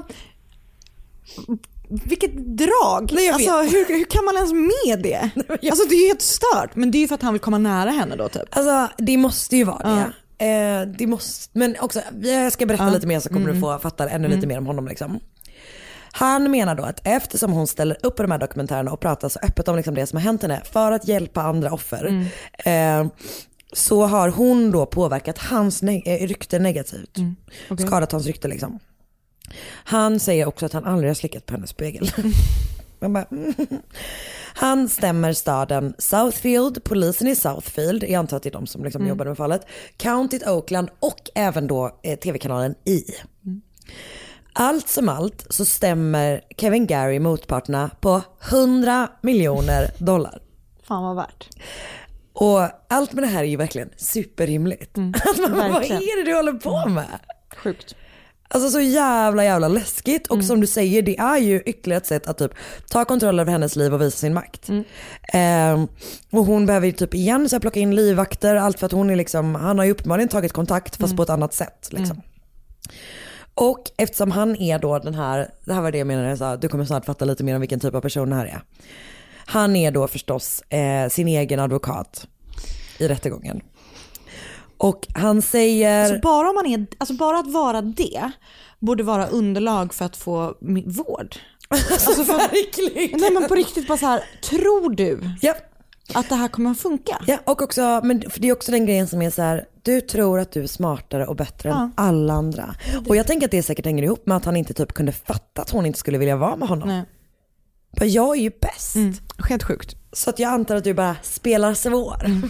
S7: vilket drag. Nej, alltså, hur, hur kan man ens med det? Alltså det är ju helt stört. Men det är ju för att han vill komma nära henne då typ.
S6: Alltså det måste ju vara det. Ja. Eh, det måste, men också, jag ska berätta ja. lite mer så kommer mm. du få fatta ännu mm. lite mer om honom liksom. Han menar då att eftersom hon ställer upp på de här dokumentärerna och pratar så öppet om liksom det som har hänt henne för att hjälpa andra offer mm. eh, så har hon då påverkat hans neg- rykte negativt. Mm. Okay. Skadat hans rykte liksom. Han säger också att han aldrig har slickat på hennes spegel. Man bara, mm. Han stämmer staden Southfield, polisen i Southfield, jag antar att det är de som liksom mm. jobbar med fallet, County Oakland och även då eh, tv-kanalen I. Mm. Allt som allt så stämmer Kevin Gary motparterna på hundra miljoner dollar.
S7: Fan vad värt.
S6: Och allt med det här är ju verkligen superrimligt. Mm, att man, vad är det du håller på med?
S7: Sjukt.
S6: Alltså så jävla jävla läskigt. Och mm. som du säger, det är ju ytterligare ett sätt att typ ta kontroll över hennes liv och visa sin makt. Mm. Eh, och hon behöver ju typ igen så här, plocka in livvakter. Allt för att hon är liksom, han har ju uppenbarligen tagit kontakt fast mm. på ett annat sätt liksom. Mm. Och eftersom han är då den här, det här var det jag menade, så du kommer snart fatta lite mer om vilken typ av person det här är. Han är då förstås eh, sin egen advokat i rättegången. Och han säger...
S7: Alltså bara, om man är, alltså bara att vara det borde vara underlag för att få vård.
S6: Alltså för, verkligen.
S7: Nej men på riktigt bara så här, tror du
S6: ja.
S7: att det här kommer att funka?
S6: Ja, och också, men för det är också den grejen som är så här, du tror att du är smartare och bättre ja. än alla andra. Och jag tänker att det säkert hänger ihop med att han inte typ kunde fatta att hon inte skulle vilja vara med honom. Nej. Men jag är ju bäst.
S7: Mm, helt sjukt.
S6: Så att jag antar att du bara spelar svår. Mm.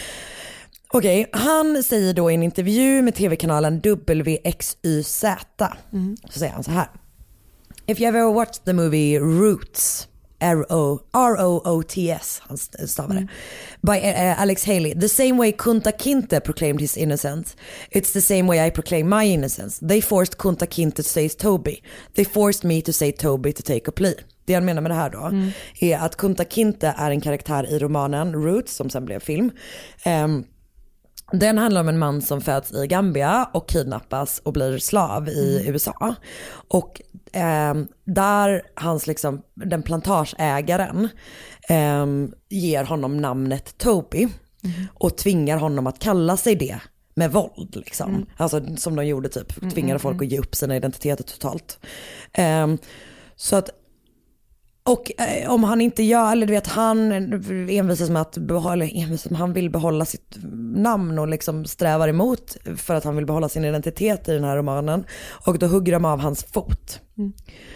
S6: Okej, okay, han säger då i en intervju med tv-kanalen W X Y Z. Mm. Så säger han så här. If you ever watched the movie Roots, R O O T S, han stavar det, mm. by uh, Alex Haley, the same way Kunta Kinte proclaimed his innocence, it's the same way I proclaim my innocence. They forced Kunta Kinte to say Toby. They forced me to say Toby to take a plea. Det han menar med det här då mm. är att Kunta Kinte är en karaktär i romanen Roots som sen blev film. Um, Den handlar om en man som föds i Gambia och kidnappas och blir slav i mm. U S A. Och eh, där hans liksom, den plantageägaren eh, ger honom namnet Toby mm. och tvingar honom att kalla sig det med våld liksom. Mm. Alltså som de gjorde typ, tvingade mm, folk mm. att ge upp sina identiteter totalt. Eh, så att Och eh, om han inte gör, eller du vet, han envisas med att behålla, envisas med, han vill behålla sitt namn och liksom strävar emot för att han vill behålla sin identitet i den här romanen. Och då hugger de av hans fot. Mm.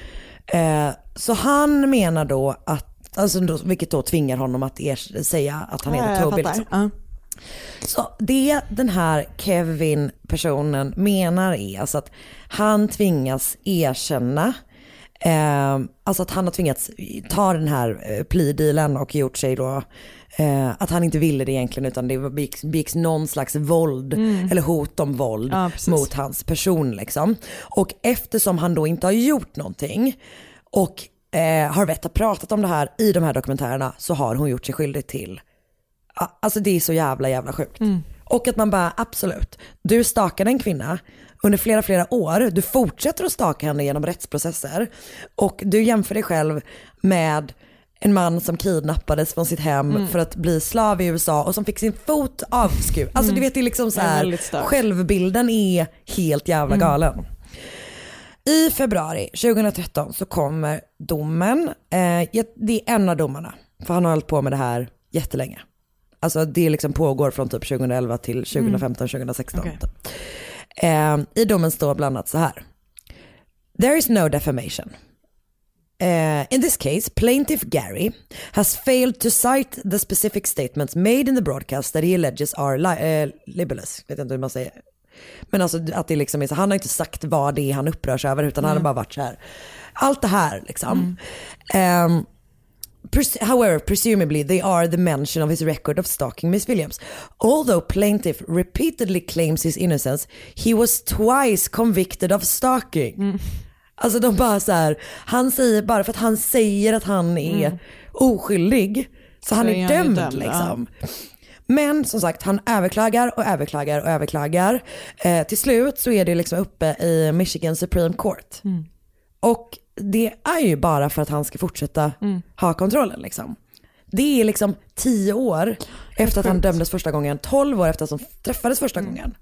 S6: Eh, så han menar då att, alltså då, vilket då tvingar honom att er, säga att han heter Toby. Liksom. Uh. Så det den här Kevin-personen menar är alltså att han tvingas erkänna, eh, alltså att han har tvingats ta den här eh, plea-dealen och gjort sig då eh, att han inte ville det egentligen, utan det begicks, begicks någon slags våld mm. eller hot om våld ja, mot hans person liksom. Och eftersom han då inte har gjort någonting och eh, har vett att pratat om det här i de här dokumentärerna, så har hon gjort sig skyldig till, alltså det är så jävla jävla sjukt. Mm. Och att man bara, absolut, du stakade en kvinna under flera flera år, du fortsätter att staka henne genom rättsprocesser och du jämför dig själv med en man som kidnappades från sitt hem mm. för att bli slav i U S A och som fick sin fot avskuren. Alltså mm. du vet, det är liksom så här, är självbilden är helt jävla galen. Mm. I februari tjugohundratretton så kommer domen, eh, det är en av domarna, för han har hållit på med det här jättelänge. Alltså det liksom pågår från typ tjugohundraelva till tjugohundrafemton tjugohundrasexton. Okay. Eh, I domen står bland annat så här: There is no defamation. Uh, in this case, plaintiff Gary has failed to cite the specific statements made in the broadcast that he alleges are li- uh, libelous. Vet inte hur man säger. Men alltså att det liksom är så, han har inte sagt vad det är han upprörs över, utan mm. han har bara varit så här. Allt det här liksom. Mm. Um, Pres- however, presumably they are the mention of his record of stalking Miss Williams. Although plaintiff repeatedly claims his innocence, he was twice convicted of stalking. Mm. Alltså de bara så här, han säger bara för att han säger att han är mm. oskyldig, så, så han är, är dömd, dömd liksom. Ja. Men som sagt, han överklagar och överklagar och överklagar. Eh, till slut så är det liksom uppe i Michigan Supreme Court. Mm. Och det är ju bara för att han ska fortsätta mm. ha kontrollen liksom. Det är liksom tio år efter att han dömdes första gången, tolv år efter att de träffades första mm. gången.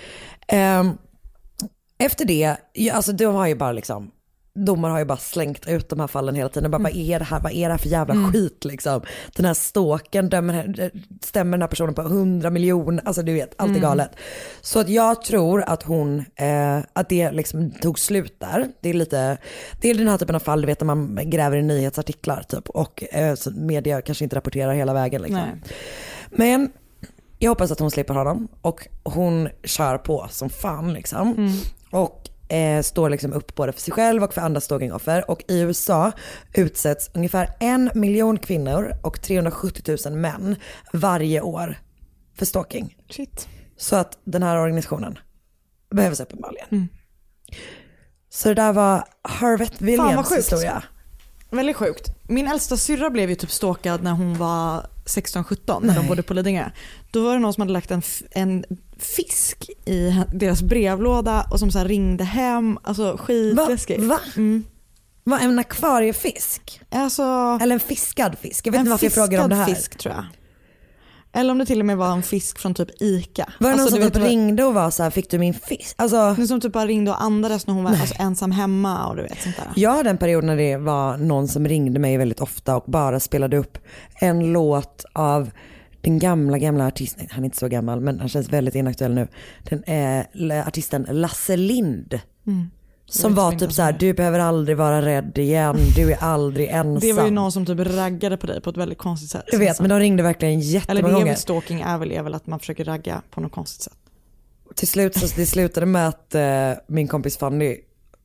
S6: Eh, efter det, alltså de har ju bara liksom, domar har ju bara slängt ut de här fallen hela tiden. Bara, mm. vad är det här? Vad är det här för jävla mm. skit liksom? Den här ståken dömer, stämmer den här personen på hundra miljoner. Alltså du vet, allt är galet. Mm. Så att jag tror att hon, eh, att det liksom tog slut där. Det är lite, det är den här typen av fall, du vet, när man gräver i nyhetsartiklar typ. Och eh, så media kanske inte rapporterar hela vägen liksom. Nej. Men jag hoppas att hon slipper honom. Och hon kör på som fan liksom. Mm. Och Eh, står liksom upp både för sig själv och för andra stalkingoffer. Och i U S A utsätts ungefär en miljon kvinnor och trehundrasjuttio tusen män varje år för stalking.
S7: Shit.
S6: Så att den här organisationen behövs uppenbarligen. Mm. Så det där var Harvette Williams historia.
S7: Väldigt sjukt. Min äldsta syrra blev ju typ stalkad när hon var sexton sjutton, när de bodde på Lidingö. Då var det någon som hade lagt en, en fisk i deras brevlåda och som så här ringde hem. Alltså skitläskigt.
S6: Va? Va? Mm. Va? En akvariefisk?
S7: Alltså,
S6: eller en fiskad fisk? Jag vet inte varför jag frågar om det här.
S7: En fisk tror jag. Eller om det till och med var en fisk från typ Ica.
S6: Var det
S7: alltså,
S6: någon som typ var... ringde och var så här, fick du min fisk? Alltså...
S7: Det som typ bara ringde och andades när hon var alltså, ensam hemma och du vet sånt där.
S6: Jag hade en period när det var någon som ringde mig väldigt ofta och bara spelade upp en låt av den gamla, gamla artisten. Han är inte så gammal, men han känns väldigt inaktuell nu. Den är artisten Lasse Lind. Mm. Som var typ så här: du behöver aldrig vara rädd igen, du är aldrig ensam.
S7: Det var ju någon som typ raggade på dig på ett väldigt konstigt sätt.
S6: Jag vet, men de ringde verkligen jättemånga gånger.
S7: Eller det är väl stalking är väl, är väl att man försöker ragga på något konstigt sätt.
S6: Till slut så det slutade med att eh, min kompis Fanny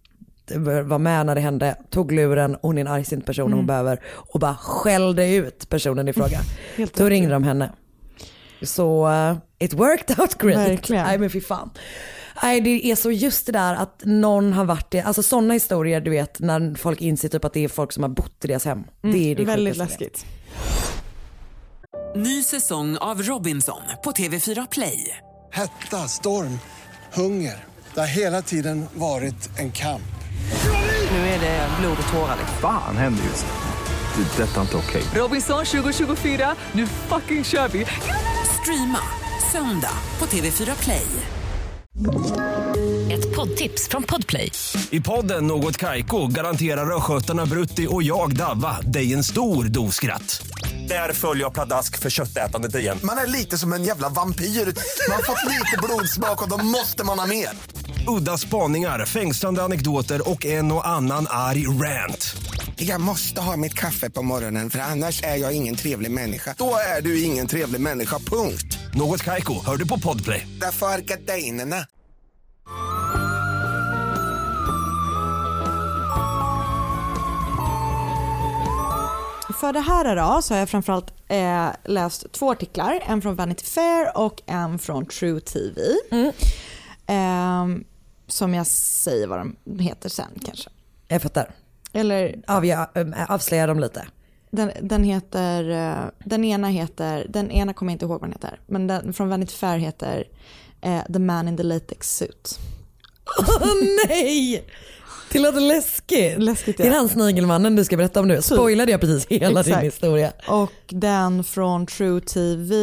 S6: var med när det hände, tog luren, hon är en argsint person mm. hon behöver, och bara skällde ut personen i fråga. Helt Då ringde de henne. Så uh, it worked out great.
S7: Verkligen.
S6: Nej men fy fan. Nej, det är så just det där att någon har varit det. Alltså sådana historier, du vet, när folk inser typ att det är folk som har bott i deras hem.
S7: Mm,
S6: det är det
S7: väldigt läskigt.
S5: Ny säsong av Robinson på T V fyra Play.
S8: Hetta, storm, hunger. Det har hela tiden varit en kamp.
S5: Nu är det blod och tårar.
S9: Fan händer just det. Det är detta inte okej.
S5: Robinson tjugo tjugofyra, nu fucking kör vi. Streama söndag på T V fyra Play.
S10: Ett poddtips från Podplay.
S13: I podden Något Kaiko garanterar öskötarna Brutti och jag Davva dig en stor doskratt. Där följer jag pladask för köttätandet igen.
S14: Man är lite som en jävla vampyr. Man har fått lite blodsmak och då måste man ha mer.
S13: Udda spaningar, fängslande anekdoter och en och annan arg rant.
S14: Jag måste ha mitt kaffe på morgonen för annars är jag ingen trevlig människa. Då är du ingen trevlig människa, punkt.
S13: Något Kaiko, hör du på Podplay.
S14: Därför är gardinerna.
S7: För det här då så har jag framförallt eh, läst två artiklar. En från Vanity Fair och en från True T V. Mm. Eh, som jag säger vad de heter sen kanske.
S6: Jag fattar.
S7: Eller
S6: Av, jag, avslöjar dem lite.
S7: Den, den heter, den ena heter, den ena kommer jag inte ihåg vad den heter. Men den från Vanity Fair heter eh, The Man in the Latex Suit.
S6: Åh oh, nej! Det låter läskigt.
S7: Läskigt, ja.
S6: Det är han snigelmannen du ska berätta om nu. Spoilade jag precis hela Exakt. din historia.
S7: Och den från True T V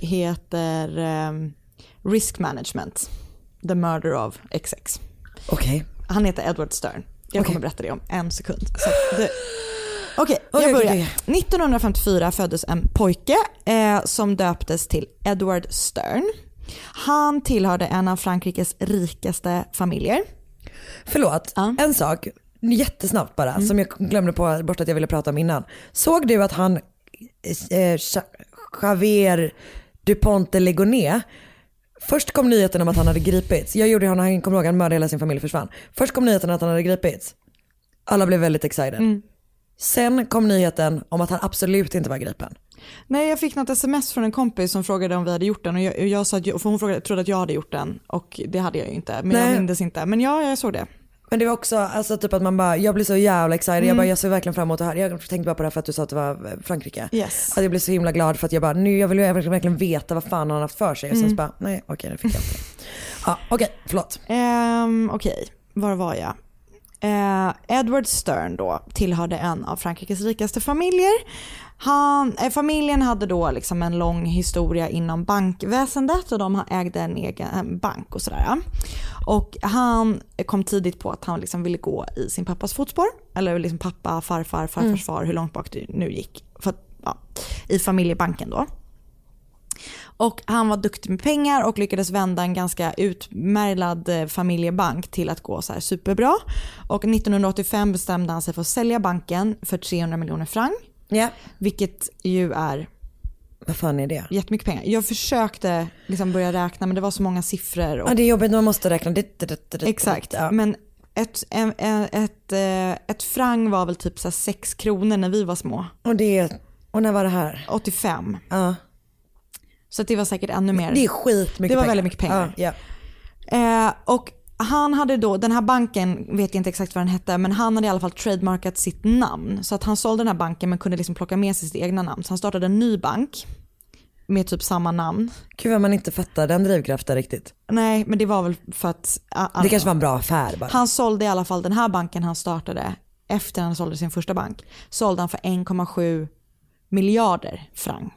S7: heter um, Risk Management. The Murder of X X.
S6: Okej. Okay.
S7: Han heter Edward Stern. Jag kommer okay. berätta det om en sekund. Det... Okej, okay,
S6: okay,
S7: jag börjar.
S6: Okay.
S7: nittonhundrafemtiofyra föddes en pojke eh, som döptes till Edward Stern. Han tillhörde en av Frankrikes rikaste familjer.
S6: Förlåt, ja. en sak jättesnabbt bara mm. som jag glömde på bort att jag ville prata om innan. Såg du att han eh, Javier Dupont de Ligonnès, först kom nyheten om att han hade gripits. Jag gjorde honom, han kom ihåg, han mördade hela sin familj, försvann. Först kom nyheten att han hade gripits. Alla blev väldigt excited. Mm. Sen kom nyheten om att han absolut inte var gripen.
S7: Nej, jag fick något sms från en kompis som frågade om vi hade gjort den. Och jag, och jag sa att jag, för hon frågade, trodde att jag hade gjort den. Och det hade jag ju inte. Men Nej. jag mindes inte. Men ja, jag såg det.
S6: Men det var också alltså, typ att man bara, jag blir så jävla excited. Mm. Jag, bara, jag ser verkligen fram emot det här. Jag tänkte bara på det här för att du sa att det var Frankrike.
S7: Yes.
S6: Att jag blev så himla glad för att jag bara, nu jag vill ju verkligen veta vad fan han har haft för sig. Och sen mm. så bara, nej okej, okay, det fick jag inte. Ja, okej, okay, förlåt.
S7: Um, okej, okay. Var var jag? Uh, Edward Stern då tillhörde en av Frankrikes rikaste familjer. Han, eh, familjen hade då liksom en lång historia inom bankväsendet och de ägde en egen bank och sådär. Och han kom tidigt på att han liksom ville gå i sin pappas fotspår. Eller liksom pappa, farfar, farfars far, mm. hur långt bak det nu gick. För, ja, i familjebanken då. Och han var duktig med pengar och lyckades vända en ganska utmärglad familjebank till att gå så här superbra. Och nittonhundraåttiofem bestämde han sig för att sälja banken för trehundra miljoner franc.
S6: Ja.
S7: Vilket ju är...
S6: Vad fan är det?
S7: Jättemycket pengar. Jag försökte liksom börja räkna men det var så många siffror. Och...
S6: Ja, det är jobbigt när man måste räkna. Det, det, det, det,
S7: Exakt,
S6: ja.
S7: Men ett, ett, ett, ett franc var väl typ så här sex kronor när vi var små.
S6: Och, det, och när var det här?
S7: åttiofem.
S6: Ja.
S7: Så det var säkert ännu mer.
S6: Det är skitmycket pengar.
S7: Det var väldigt mycket pengar.
S6: Ja,
S7: ja. Eh, och han hade då, den här banken vet jag inte exakt vad den hette, men han hade i alla fall trademarkat sitt namn. Så att han sålde den här banken men kunde liksom plocka med sig sitt egna namn. Så han startade en ny bank med typ samma namn.
S6: Gud vad man inte fattar den drivkraften riktigt.
S7: Nej, men det var väl för att... Alltså,
S6: det kanske var en bra affär bara.
S7: Han sålde i alla fall den här banken han startade efter han sålde sin första bank. Sålde han för en komma sju miljarder franc.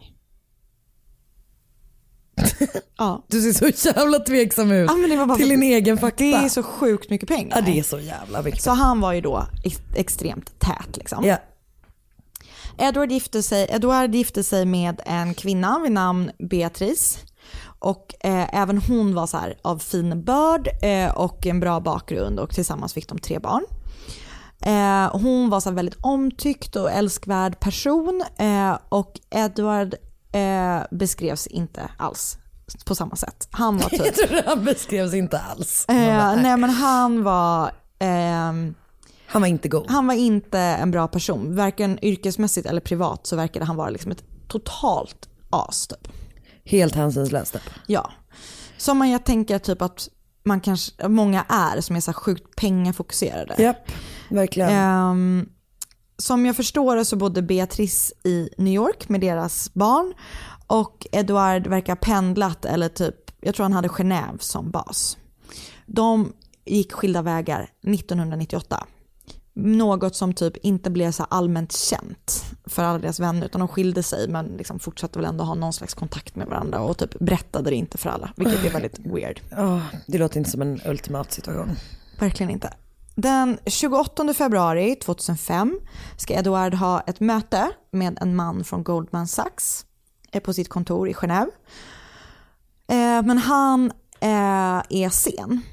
S7: Ja.
S6: Du ser så jävla tveksam ut.
S7: Ja, men det var bara
S6: till din egen fakta.
S7: Det är så sjukt mycket pengar.
S6: Ja, det är så jävla mycket.
S7: Så han var ju då ex- extremt tät liksom.
S6: Ja.
S7: Edward gifte sig, Edward gifte sig med en kvinna vid namn Beatrice. Och eh, även hon var så här av fin börd eh, och en bra bakgrund och tillsammans fick de tre barn. Eh, hon var så här väldigt omtyckt och älskvärd person eh, och Edward eh, beskrevs inte alls på samma sätt. Han var typ...
S6: Jag tror han beskrevs inte alls.
S7: Eh, nej men han var... Eh,
S6: han var inte god.
S7: Han var inte en bra person. Varken yrkesmässigt eller privat så verkade han vara liksom ett totalt as typ.
S6: Helt hänsynslöst typ.
S7: Ja. Som man jag tänker typ att man kanske, många är som är så sjukt pengafokuserade.
S6: Japp, verkligen.
S7: Um, som jag förstår det så bodde Beatrice i New York med deras barn. Och Edward verkar pendlat eller typ, jag tror han hade Genève som bas. De gick skilda vägar nittonhundranittioåtta. Något som typ inte blev så allmänt känt för alla deras vänner utan de skilde sig men liksom fortsatte väl ändå ha någon slags kontakt med varandra och typ berättade det inte för alla, vilket är väldigt weird.
S6: Oh, det låter inte som en ultimat situation.
S7: Verkligen inte. Den tjugoåttonde februari tjugohundrafem ska Edward ha ett möte med en man från Goldman Sachs på sitt kontor i Genève. Men han är sen.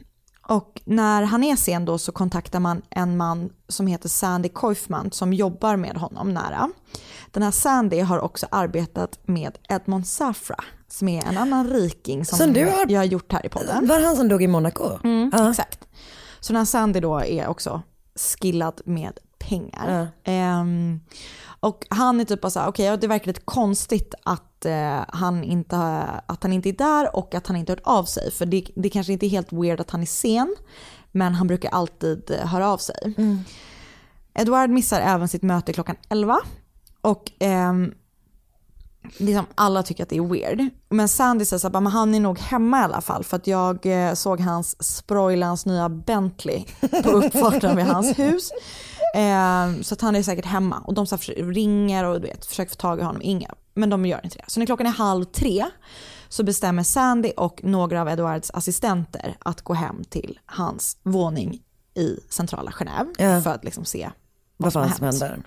S7: Och när han är sen då så kontaktar man en man som heter Sandy Kaufman som jobbar med honom nära. Den här Sandy har också arbetat med Edmond Safra som är en annan riking som, som du har... jag har gjort här i podden.
S6: Var han som dog i Monaco?
S7: Mm, uh. Exakt. Så den här Sandy då är också skillad med pengar. Uh. Um, och han är typ bara så här, okej, okay, det verkar lite konstigt att, uh, han inte, att han inte är där och att han inte har hört av sig. För det, det kanske inte är helt weird att han är sen, men han brukar alltid höra av sig. Mm. Edward missar även sitt möte klockan elva. Och um, liksom alla tycker att det är weird. Men Sandy säger så här, men han är nog hemma i alla fall. För att jag eh, såg hans Sproilans nya Bentley på uppfarten vid hans hus. Eh, så att han är säkert hemma. Och de så här, ringer och du vet, försöker få tag i honom. Inga. Men de gör inte det. Så när klockan är halv tre så bestämmer Sandy och några av Edwards assistenter att gå hem till hans våning i centrala Genève. Ja. För att liksom se vad, vad som händer.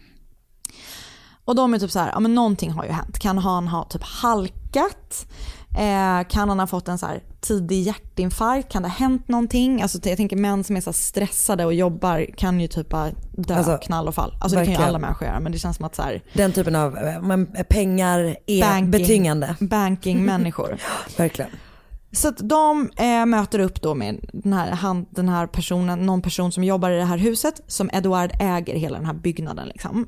S7: Och de är typ så här, ja men någonting har ju hänt. Kan han ha typ halkat? Eh, kan han ha fått en så här tidig hjärtinfarkt? Kan det ha hänt någonting? Alltså jag tänker män som är så stressade och jobbar kan ju typ dö, alltså, knall och fall. Alltså verkligen. Det kan ju alla människor göra, men det känns som att så här,
S6: den typen av men, pengar är banking, betyngande.
S7: Banking-människor.
S6: Verkligen.
S7: Så att de eh, möter upp då med den här, han, den här personen, någon person som jobbar i det här huset, som Edward äger hela den här byggnaden liksom.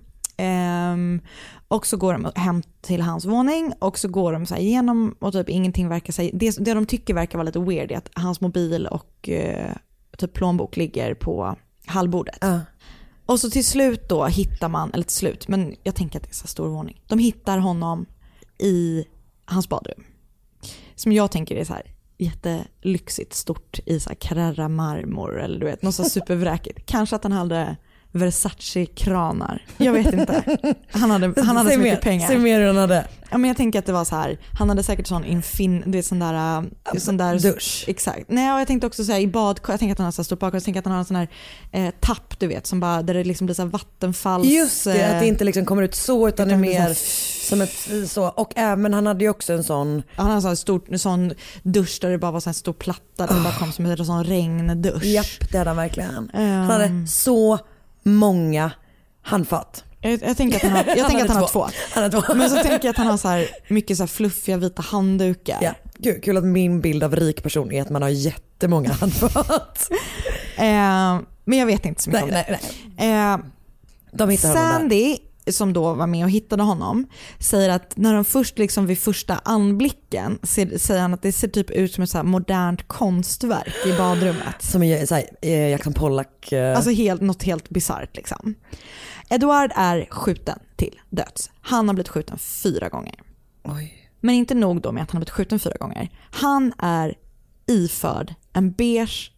S7: Um, och så går de hem till hans våning och så går de så här igenom och typ ingenting verkar säga. Det, det de tycker verkar vara lite weird är att hans mobil och uh, typ plånbok ligger på hallbordet. Uh. Och så till slut då hittar man, eller till slut, men jag tänker att det är så stor våning. De hittar honom i hans badrum. Som jag tänker är så här jättelyxigt stort i så här Carrara marmor eller du vet, något så supervräkigt. Kanske att han hade Versace-kranar. Jag vet inte. Han hade, han hade så mycket pengar.
S6: Se mer än hade.
S7: Ja, men jag tänker att det var så här. Han hade säkert sån infin, det är sån där, sån där
S6: dusch.
S7: Exakt. Nej, och jag tänkte också säga i badkar. Jag tänker att han har så stort badkar. Jag tänker att han har en sån här eh, tapp, du vet, som bara där det liksom blir så här vattenfalls.
S6: Just det, att det inte liksom kommer ut så utan det är mer så, som ett så. Och även han hade ju också en sån.
S7: Han hade en sån stor, en sån dusch där det bara var så en stor platta där oh. det bara kom som en sån regndusch.
S6: Japp, det hade han verkligen. Um. Han hade så många handfat.
S7: Jag, jag tänker att han har, jag tänker att han har två.
S6: Han har två.
S7: Men så tänker jag att han har så här mycket så här fluffiga vita handdukar.
S6: Ja. Gud, kul att min bild av rik person är att man har jättemånga handfat.
S7: eh, men jag vet inte så mycket
S6: nej,
S7: om
S6: det. Nej.
S7: Eh,
S6: De hittar
S7: Sandy som då var med och hittade honom säger att när de först liksom vid första anblicken ser, säger han att det ser typ ut som ett så här modernt konstverk i badrummet.
S6: Som är så här, Jackson Pollock. Uh...
S7: Alltså helt, något helt bizarrt liksom. Edward är skjuten till döds. Han har blivit skjuten fyra gånger.
S6: Oj.
S7: Men inte nog då med att han har blivit skjuten fyra gånger. Han är iförd en beige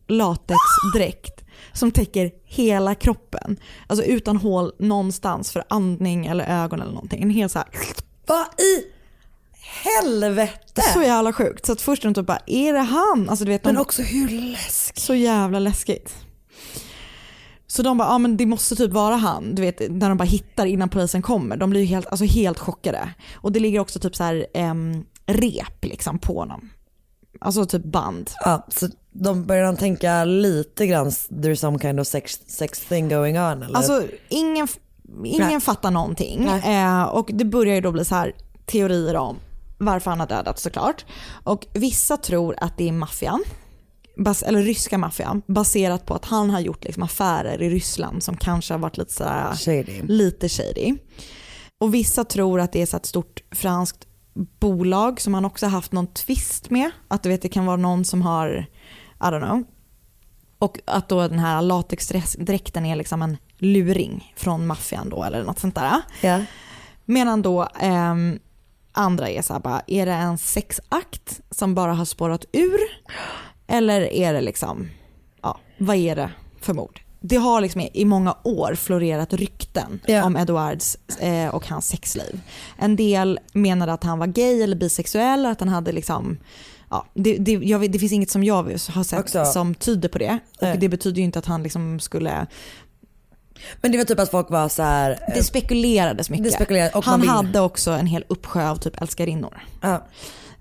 S7: latexdräkt som täcker hela kroppen. Alltså utan hål någonstans för andning eller ögon eller någonting. En hel så här.
S6: Vad i helvete?
S7: Så jävla sjukt. Så att först de typ bara, är det han? Alltså, du vet,
S6: men
S7: de,
S6: också hur läskigt.
S7: Så jävla läskigt. Så de bara, ja men det måste typ vara han. Du vet, när de bara hittar innan polisen kommer. De blir ju helt, alltså helt chockade. Och det ligger också typ så här um, rep liksom på honom. Alltså typ band.
S6: Ja, så de börjar tänka lite grann there's some kind of sex, sex thing going on eller?
S7: Alltså ingen, ingen fattar någonting. Eh, och det börjar ju då bli så här teorier om varför han har dödat såklart. Och vissa tror att det är maffian. Bas- eller ryska maffian, baserat på att han har gjort liksom affärer i Ryssland som kanske har varit lite så här,
S6: shady.
S7: lite shady. Och vissa tror att det är så ett stort franskt bolag som han också har haft någon twist med, att du vet det kan vara någon som har I don't know. Och att då den här latexdräkten är liksom en luring från maffian då eller något sånt där.
S6: Ja.
S7: Medan då eh, andra är så här bara, är det en sexakt som bara har spårat ur? Eller är det liksom, ja, vad är det för mord? Det har liksom i många år florerat rykten yeah. om Edwards eh, och hans sexliv. En del menade att han var gay eller bisexuell, att han hade liksom, ja, det, det, jag vet, det finns inget som jag har sett också som tyder på det. Och Nej. det betyder ju inte att han liksom skulle...
S6: Men det var typ att folk var så här...
S7: Det spekulerades mycket.
S6: Det spekulerade, och
S7: han
S6: vill...
S7: hade också en hel uppsjö av typ älskarinnor.
S6: Ja.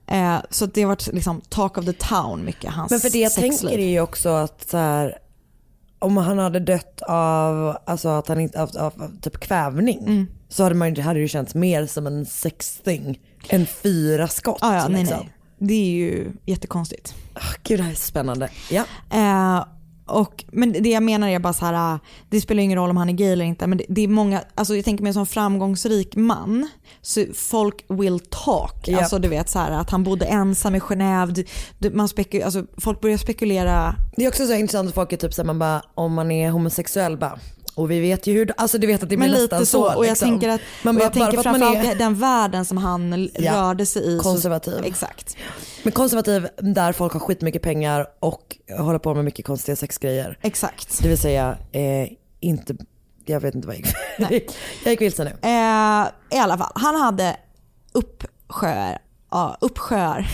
S7: Eh, så det har varit liksom talk of the town mycket, hans
S6: Men för det jag
S7: sexliv.
S6: tänker är ju också att så här, om han hade dött av, alltså att han inte, av, av, av typ kvävning, mm. så hade, man, hade det ju känts mer som en sexting än fyra skott.
S7: Ah, ja, nej,
S6: liksom.
S7: nej. Det är ju jättekonstigt.
S6: Oh, gud, det här är så spännande. Ja.
S7: Eh, och, men det jag menar är bara så här, det spelar ingen roll om han är gay eller inte, men det, det är många, alltså jag tänker mig som framgångsrik man, så folk will talk.
S6: Yep.
S7: Alltså du vet så här, att han bodde ensam i Genève, du, man spekul, alltså folk börjar spekulera.
S6: Det är också så intressant att folk är typ så här, man bara, om man är homosexuell bara, och vi vet ju hur, alltså du vet att det blir
S7: men
S6: nästan
S7: lite
S6: så,
S7: så. Och jag
S6: liksom.
S7: tänker att
S6: man
S7: och
S6: bara,
S7: jag tänker framförallt
S6: är...
S7: den världen som han ja, rörde sig i.
S6: Konservativ.
S7: Så, exakt.
S6: Men konservativ där folk har skitmycket pengar och håller på med mycket konstiga sexgrejer.
S7: Exakt.
S6: Det vill säga eh, inte, jag vet inte vad jag gick. Nej. Jag gick vilse nu.
S7: Eh, I alla fall, han hade uppsjöar, ja, uppsjöar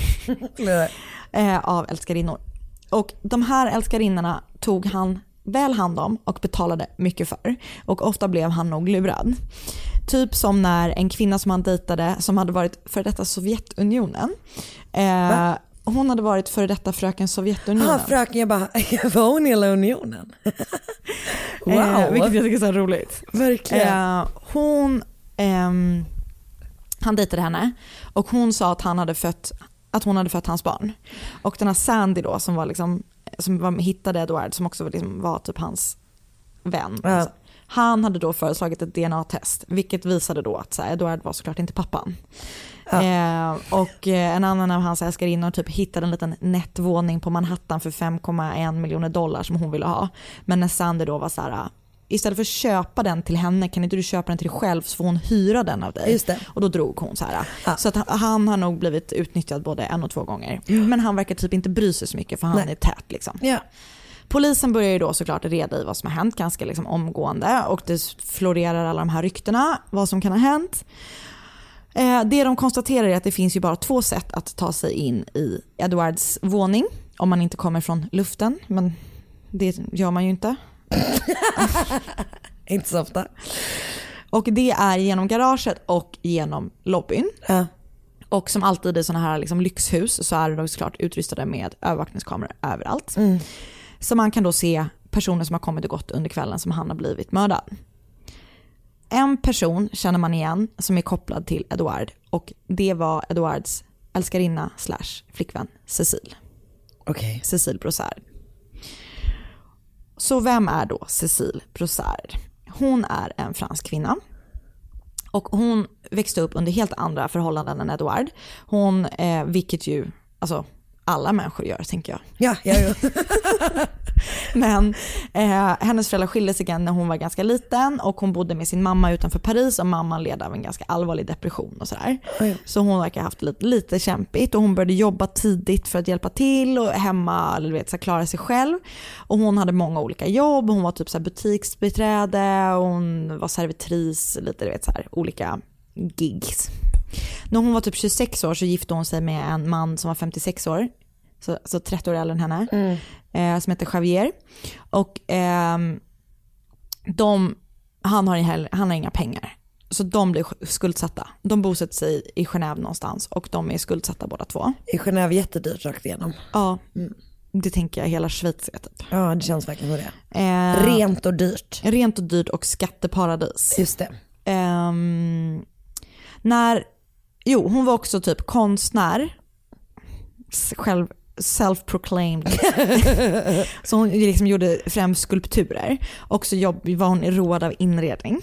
S7: eh, av älskarinnor. Och de här älskarinnorna tog han väl hand om och betalade mycket för. Och ofta blev han nog lurad. Typ som när en kvinna som han dejtade, som hade varit för detta Sovjetunionen. Eh, hon hade varit för detta fröken Sovjetunionen.
S6: Ja, fröken, jag bara, var hon hela unionen? Wow.
S7: Eh, vilket jag tycker är så roligt.
S6: Verkligen.
S7: Eh, hon, ehm, han dejtade henne och hon sa att han hade fött, att hon hade fött hans barn. Och den här Sandy då, som var liksom, som var, hittade Edward, som också liksom var typ hans vän.
S6: Ja.
S7: Alltså, han hade då föreslagit ett D N A-test, vilket visade då att så här, Edward var såklart inte pappan. Ja. Eh, och eh, en annan av hans älskarinnor typ hittade en liten nättvåning på Manhattan för fem komma en miljoner dollar som hon ville ha. Men när Sandy då var så här, istället för att köpa den till henne, kan inte du köpa den till dig själv så får hon hyra den av dig.
S6: Just det.
S7: Och då drog hon så här.
S6: Ja.
S7: Så att han, han har nog blivit utnyttjad både en och två gånger. Men han verkar typ inte bry sig så mycket, för han Nej. är tät liksom.
S6: Ja.
S7: Polisen börjar ju då såklart reda i vad som har hänt ganska liksom omgående, och det florerar alla de här ryktena vad som kan ha hänt. Eh, det de konstaterar är att det finns ju bara två sätt att ta sig in i Edwards våning om man inte kommer från luften, men det gör man ju inte.
S6: Inte så ofta.
S7: Och det är genom garaget och genom lobbyn.
S6: Ja.
S7: Och som alltid i sådana här liksom lyxhus så är de såklart utrustade med övervakningskameror överallt.
S6: Mm.
S7: Så man kan då se personer som har kommit och gått under kvällen som han har blivit mördad. En person känner man igen som är kopplad till Edward, och det var Edwards älskarinna slash flickvän Cecile.
S6: Okej.
S7: Okay. Cecile Brossard. Så vem är då Cecile Brossard? Hon är en fransk kvinna. Och hon växte upp under helt andra förhållanden än Edward. Hon, eh, vilket ju, alltså alla människor gör, tänker jag.
S6: Ja, ja, ja.
S7: Men eh, hennes föräldrar skilde sig igen när hon var ganska liten, och hon bodde med sin mamma utanför Paris, och mamman led av en ganska allvarlig depression och sådär. Mm. Så hon verkar ha haft lite, lite kämpigt, och hon började jobba tidigt för att hjälpa till och hemma, eller vet, så klara sig själv. Och hon hade många olika jobb. Hon var typ så här butiksbiträde, och hon var servitris, lite vet, så här, olika gigs. När hon var typ tjugosex år så gifte hon sig med en man som var femtiosex år, så, så trettio år äldre än henne, mm. eh, som heter Javier. Och eh, de, han, har, han har inga pengar, så de blir skuldsatta. De bosätter sig i Genève någonstans, och de är skuldsatta båda två.
S6: I Genève jättedyrt rakt igenom.
S7: Ja, mm. Det tänker jag, hela Schweiz är typ.
S6: Ja, det känns verkligen så det.
S7: Eh,
S6: rent och dyrt.
S7: Rent och dyrt och skatteparadis.
S6: Just det.
S7: Eh, när, jo, hon var också typ konstnär, själv self-proclaimed. Så hon liksom gjorde främst skulpturer, och så jobb, var hon road av inredning.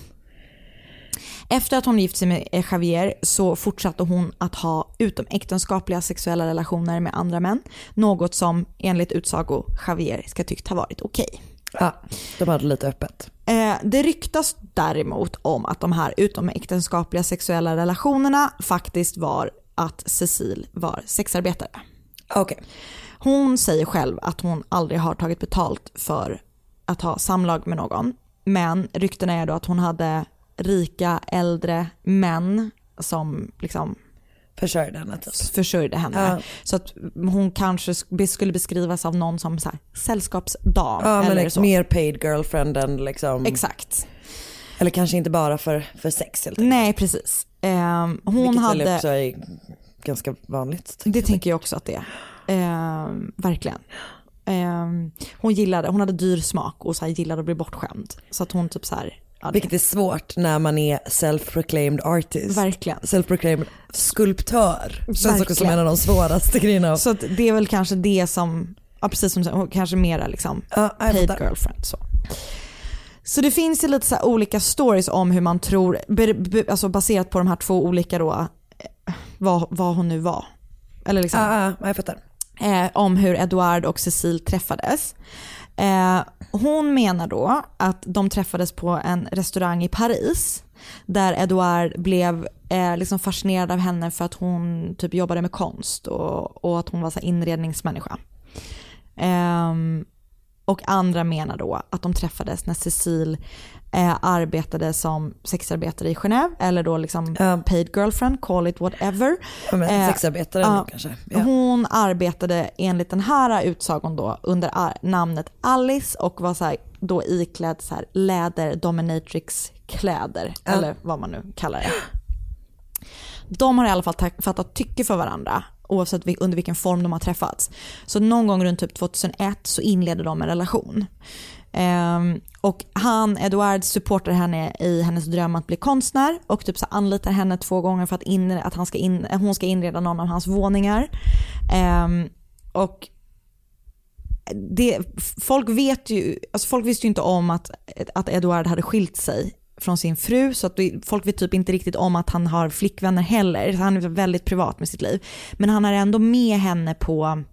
S7: Efter att hon gift sig med Javier så fortsatte hon att ha utomäktenskapliga sexuella relationer med andra män, något som enligt utsago Javier ska tyckt ha varit okej. Okay.
S6: Ja, de hade lite öppet.
S7: Eh, det ryktas däremot om att de här utomäktenskapliga sexuella relationerna faktiskt var att Cecile var sexarbetare.
S6: Okay.
S7: Hon säger själv att hon aldrig har tagit betalt för att ha samlag med någon, men ryktena är då att hon hade rika äldre män som liksom
S6: försörjde henne, typ.
S7: försörjde henne. Ja. Så att hon kanske skulle beskrivas av någon som så här, sällskapsdam.
S6: Ja,
S7: eller
S6: men
S7: så.
S6: Mer paid girlfriend än liksom.
S7: Exakt.
S6: Eller kanske inte bara för, för sex helt
S7: enkelt. Nej, precis. Um, hon
S6: Vilket
S7: hade
S6: väl också är ganska vanligt.
S7: Det tänker jag också att det är. Eh, verkligen. Eh, hon gillade, hon hade dyr smak och så här gillade att bli bortskämd. Så att hon typ så här... Ja,
S6: vilket är svårt när man är self-proclaimed artist.
S7: Verkligen.
S6: Self-proclaimed skulptör. Det känns också som en av de svåraste grejerna.
S7: Så att det är väl kanske det som, ja, precis som kanske mera liksom
S6: ja,
S7: paid girlfriend. Så. Så det finns ju lite så här olika stories om hur man tror, be, be, alltså baserat på de här två olika då, vad, vad hon nu var. Eller liksom,
S6: ja, ja, jag fattar.
S7: Eh, om hur Edouard och Cecile träffades. Eh, hon menar då att de träffades på en restaurang i Paris där Edouard blev eh, liksom fascinerad av henne för att hon typ jobbade med konst och, och att hon var så här inredningsmänniska. Eh, och andra menar då att de träffades när Cecile eh, arbetade som sexarbetare i Genève eller då liksom
S6: ja.
S7: paid girlfriend, call it whatever.
S6: Ja, men
S7: eh,
S6: sexarbetare
S7: eh,
S6: kanske. Ja.
S7: Hon arbetade enligt den här utsagon då under namnet Alice och var så här, då iklädd så här läder dominatrix kläder ja. eller vad man nu kallar det. De har i alla fall fattat tycke för varandra oavsett under vilken form de har träffats. Så någon gång runt typ tjugohundraett så inledde de en relation. Um, och han, Edouard, supportar henne i hennes dröm att bli konstnär och typ så anlitar henne två gånger för att, in, att han ska in, hon ska inreda någon av hans våningar. Um, och det, folk vet ju, alltså folk visste ju inte om att, att Edouard hade skilt sig från sin fru, så att folk vet typ inte riktigt om att han har flickvänner heller. Han är väldigt privat med sitt liv. Men han är ändå med henne på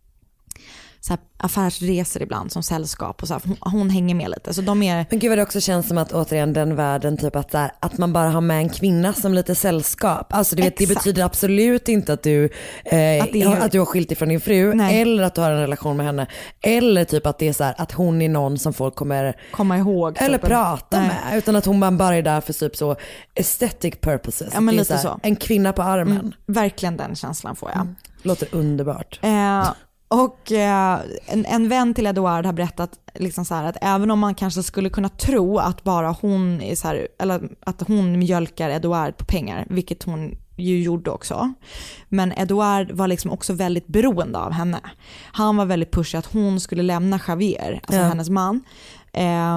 S7: så här affärsresor ibland som sällskap och så här, hon, hon hänger med lite. Så de är...
S6: Men gud vad det också känns som att återigen den världen typ att, där, att man bara har med en kvinna som lite sällskap. Alltså du vet, det betyder absolut inte att du, eh, att, är... att du har skilt ifrån din fru. Nej. Eller att du har en relation med henne. Eller typ att det är så här, att hon är någon som folk kommer
S7: komma ihåg.
S6: Eller
S7: typ.
S6: prata
S7: Nej.
S6: med. Utan att hon bara är där för typ så aesthetic purposes.
S7: Ja, men
S6: det är
S7: lite
S6: så, här,
S7: så.
S6: En kvinna på armen.
S7: Mm, verkligen den känslan får jag. Mm.
S6: Låter underbart.
S7: Eh, Och eh, en, en vän till Edouard har berättat liksom så här att även om man kanske skulle kunna tro att bara hon är så här, eller att hon mjölkar Edouard på pengar, vilket hon ju gjorde också. Men Edouard var liksom också väldigt beroende av henne. Han var väldigt pushig att hon skulle lämna Javier, alltså ja. hennes man, eh,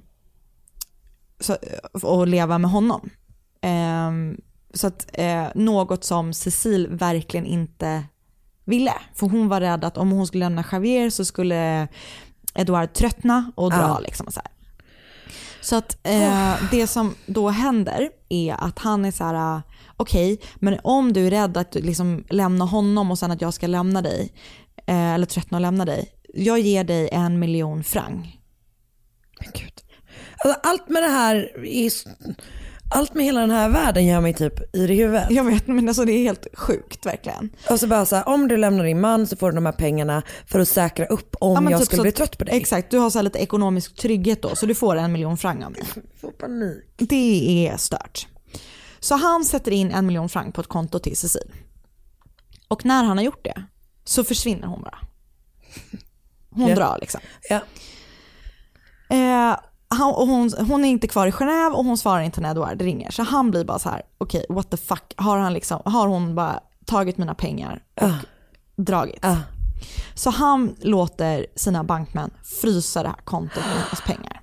S7: så, och leva med honom. Eh, så att eh, något som Cecile verkligen inte ville. För hon var rädd att om hon skulle lämna Javier så skulle Edouard tröttna och dra. Ja. Liksom, så här. Så att eh, det som då händer är att han är så här: okej, okay, men om du är rädd att liksom lämna honom och sen att jag ska lämna dig eh, eller tröttna och lämna dig, jag ger dig en miljon franc.
S6: Men gud. Alltså, allt med det här är... Allt med hela den här världen gör mig typ i det huvudet.
S7: Jag vet, men alltså det är helt sjukt verkligen.
S6: Och så bara så här, om du lämnar din man så får du de här pengarna för att säkra upp om ja, jag typ skulle bli trött på dig.
S7: Exakt, du har så här lite ekonomisk trygghet då, så du får en miljon franc av mig.
S6: Får panik.
S7: Det är stört. Så han sätter in en miljon franc på ett konto till Cecile. Och när han har gjort det så försvinner hon bara. Hon yeah. drar liksom.
S6: Ja.
S7: Eh, Han, och hon, hon är inte kvar i Genève och hon svarar inte när Edouard ringer. Så han blir bara så här: okej, okay, what the fuck. Har, han liksom, har hon bara tagit mina pengar och uh. dragit? Uh. Så han låter sina bankmän frysa det här kontot med hennes pengar.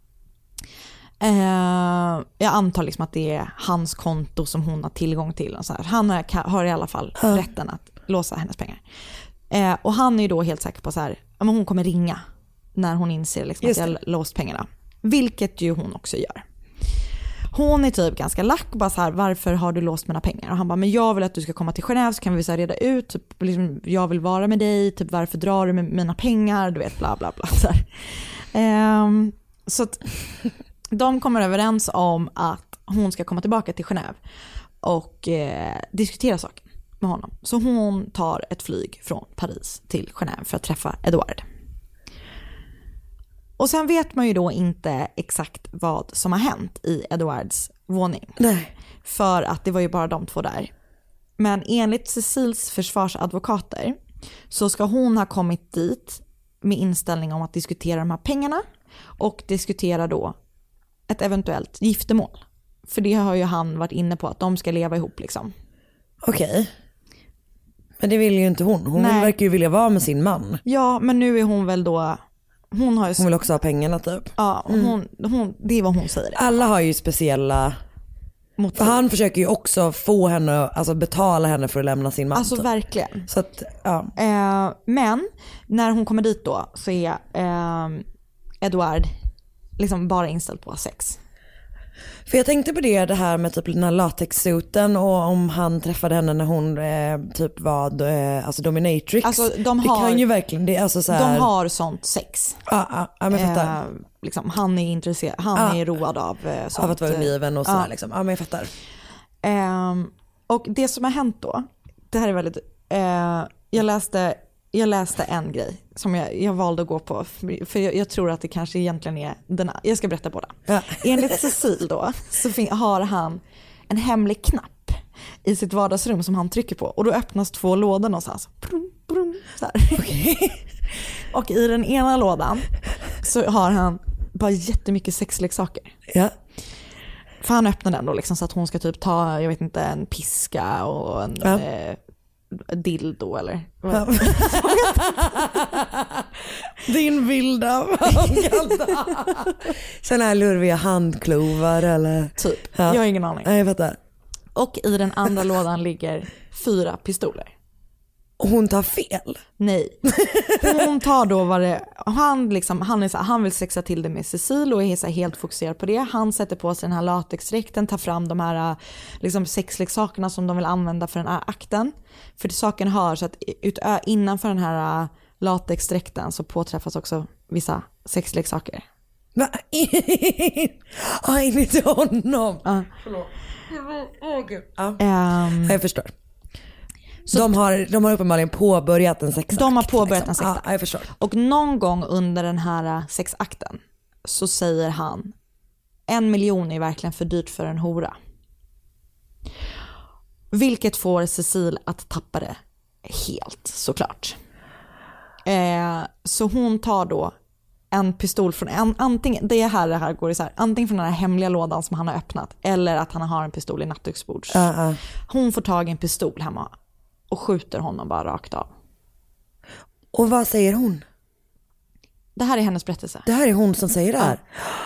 S7: Eh, jag antar liksom att det är hans konto som hon har tillgång till. Och så här. Han har, har i alla fall uh. rätten att låsa hennes pengar. Eh, och han är ju då helt säker på så här, ja, men hon kommer ringa när hon inser liksom att jag har låst pengarna. Vilket ju hon också gör. Hon är typ ganska lack och bara så här: varför har du låst mina pengar? Och han bara, men jag vill att du ska komma till Genève så kan vi så här reda ut typ, liksom, jag vill vara med dig, typ varför drar du med mina pengar, du vet, bla bla bla så, um, så att de kommer överens om att hon ska komma tillbaka till Genève och eh, diskutera saken med honom. Så hon tar ett flyg från Paris till Genève för att träffa Edouard. Och sen vet man ju då inte exakt vad som har hänt i Edouards våning.
S6: Nej.
S7: För att det var ju bara de två där. Men enligt Cecils försvarsadvokater så ska hon ha kommit dit med inställning om att diskutera de här pengarna och diskutera då ett eventuellt giftermål. För det har ju han varit inne på, att de ska leva ihop liksom.
S6: Okej. Okay. Men det vill ju inte hon. Hon
S7: Nej.
S6: verkar ju vilja vara med sin man.
S7: Ja, men nu är hon väl då... Hon, har ju...
S6: hon vill också ha pengarna typ.
S7: Ja, hon, mm. hon, det är vad hon säger.
S6: Alla har ju speciella... Motiv. För han försöker ju också få henne, alltså betala henne för att lämna sin man.
S7: Alltså typ. Verkligen.
S6: Så att, ja.
S7: eh, men när hon kommer dit då så är eh, Edward liksom bara inställd på sex.
S6: För jag tänkte på det, det här med typ den här latexsuten och om han träffade henne när hon eh, typ var eh, alltså dominatrix.
S7: Alltså de har,
S6: det kan ju verkligen, det, alltså så här...
S7: de har sånt sex.
S6: Ja, ja, ja men jag fattar.
S7: Eh, liksom, han är intresserad, han ja. är road av eh, sånt.
S6: Av att vara undergiven och sådär ja. liksom. Ja men jag fattar.
S7: Eh, och det som har hänt då, det här är väldigt, eh, jag läste Jag läste en grej som jag, jag valde att gå på. För jag, jag tror att det kanske egentligen är den här. Jag ska berätta båda. Ja. Enligt Cecil då så fin, har han en hemlig knapp i sitt vardagsrum som han trycker på. Och då öppnas två lådor någonstans. Brum, brum, så här. Okay. Och i den ena lådan så har han bara jättemycket sexleksaker. Ja. För han öppnar den då liksom så att hon ska typ ta, jag vet inte, en piska och en... Ja. Eh, dildo eller
S6: din bild av sådana här lurviga handklovar eller
S7: typ, ja. Jag har ingen aning.
S6: Nej, jag fattar.
S7: Och i den andra lådan ligger fyra pistoler.
S6: Och hon tar fel?
S7: Nej. Hon tar då vad det, han, liksom, han, är så här, han vill sexa till det med Cecil och är så här helt fokuserad på det. Han sätter på sig den här latexdräkten, tar fram de här liksom, sexleksakerna som de vill använda för den här akten. För det saken hör så att utö, innanför den här latexdräkten så påträffas också vissa sexleksaker.
S6: Va? Aj, inte honom.
S7: Uh.
S6: Förlåt. Åh gud. Ja.
S7: Um,
S6: jag förstår. Så de har, de har uppenbarligen påbörjat en sexakt.
S7: De har påbörjat
S6: liksom.
S7: en sexakt.
S6: Ja, jag förstår.
S7: Och någon gång under den här sexakten så säger han: en miljon är verkligen för dyrt för en hora. Vilket får Cecil att tappa det helt, såklart. Eh, så hon tar då en pistol från en, antingen, det är här det här går isär, antingen från den här hemliga lådan som han har öppnat eller att han har en pistol i nattduksbords. Uh -uh. Hon får tag i en pistol hemma och skjuter honom bara rakt av.
S6: Och vad säger hon?
S7: Det här är hennes berättelse.
S6: Det här är hon som säger det här?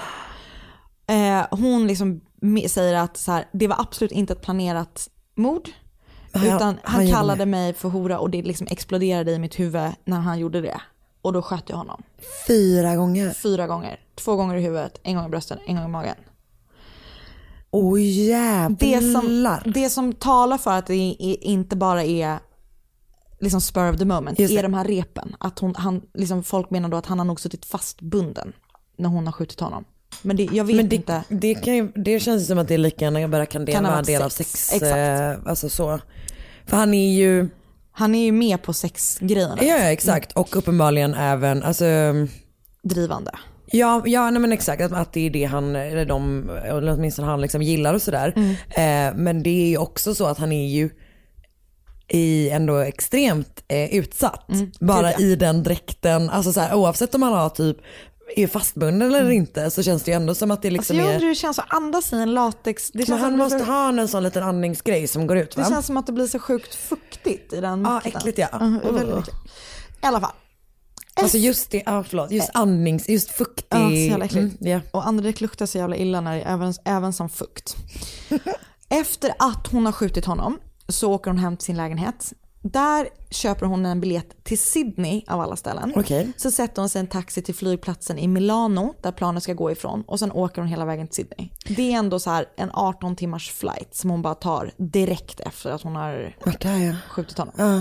S7: Ja. Eh, hon liksom säger att så här, det var absolut inte ett planerat mord. Ja, utan han, han kallade det. mig för hora och det liksom exploderade i mitt huvud när han gjorde det. Och då sköt jag honom.
S6: Fyra gånger?
S7: Fyra gånger. Två gånger i huvudet, en gång i brösten, en gång i magen.
S6: Åh jävlar.
S7: Det som, det som talar för att det är, inte bara är liksom spur of the moment är de här repen. Att hon, han, liksom folk menar då att han har nog suttit fastbunden när hon har skjutit honom. Men det, jag vet
S6: Men det,
S7: inte.
S6: Det, kan ju, det känns som att det är lika gärna bara kan det kan vara en del sex. Av sex.
S7: Exakt.
S6: Eh, alltså så. För han är ju...
S7: Han är ju med på sexgrejerna.
S6: Ja, ja exakt. Och uppenbarligen även... Alltså,
S7: drivande.
S6: Ja, ja nej, men exakt. Att, att det är det han, eller de, eller åtminstone han liksom gillar och sådär. Mm. Eh, men det är ju också så att han är ju i ändå extremt eh, utsatt. Mm. Bara Gud, ja. I den dräkten. Alltså så här, oavsett om han har typ är fastbunden eller mm. inte så känns det ju ändå som att det liksom
S7: alltså,
S6: är...
S7: Jag undrar hur det känns att andas i en latex. Det
S6: men han måste för... ha en sån liten andningsgrej som går ut va?
S7: Det känns som att det blir så sjukt fuktigt i den.
S6: Ja, äckligt ja.
S7: Uh, uh. Väldigt äckligt. I alla fall.
S6: Alltså just det, ja förlåt, just andnings, just fuktig.
S7: Ja, så jävla äckligt.
S6: Mm, yeah.
S7: Och andedräkt luktar så jävla illa när det, även, även som fukt. Efter att hon har skjutit honom så åker hon hem till sin lägenhet. Där köper hon en biljett till Sydney av alla ställen.
S6: Okay.
S7: Så sätter hon sig en taxi till flygplatsen i Milano där planet ska gå ifrån. Och sen åker hon hela vägen till Sydney. Det är ändå så här en arton timmars flight som hon bara tar direkt efter att hon har
S6: där,
S7: skjutit honom.
S6: Uh.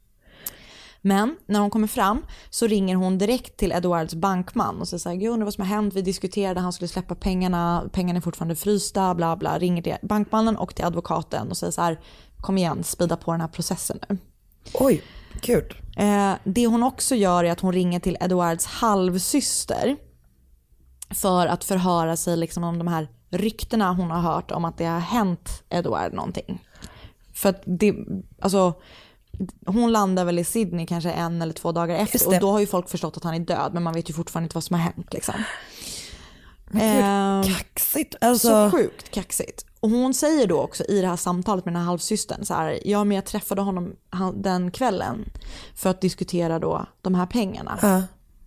S7: Men när hon kommer fram så ringer hon direkt till Edwards bankman och säger så här: "Gud, undrar vad som har hänt. Vi diskuterade han skulle släppa pengarna. Pengarna är fortfarande frysta, bla bla." Ringer till bankmannen och till advokaten och säger så här: "Kom igen, spida på den här processen nu."
S6: Oj, kul.
S7: Eh, det hon också gör är att hon ringer till Edwards halvsyster för att förhöra sig liksom om de här ryktena hon har hört om att det har hänt Edward någonting. För att det, alltså hon landar väl i Sydney kanske en eller två dagar efter och då har ju folk förstått att han är död men man vet ju fortfarande inte vad som har hänt liksom.
S6: Men gud, kaxigt. Alltså...
S7: Så sjukt kaxigt. Och hon säger då också i det här samtalet med den här halvsystern så här, ja men jag träffade honom den kvällen för att diskutera då de här pengarna.
S6: Uh.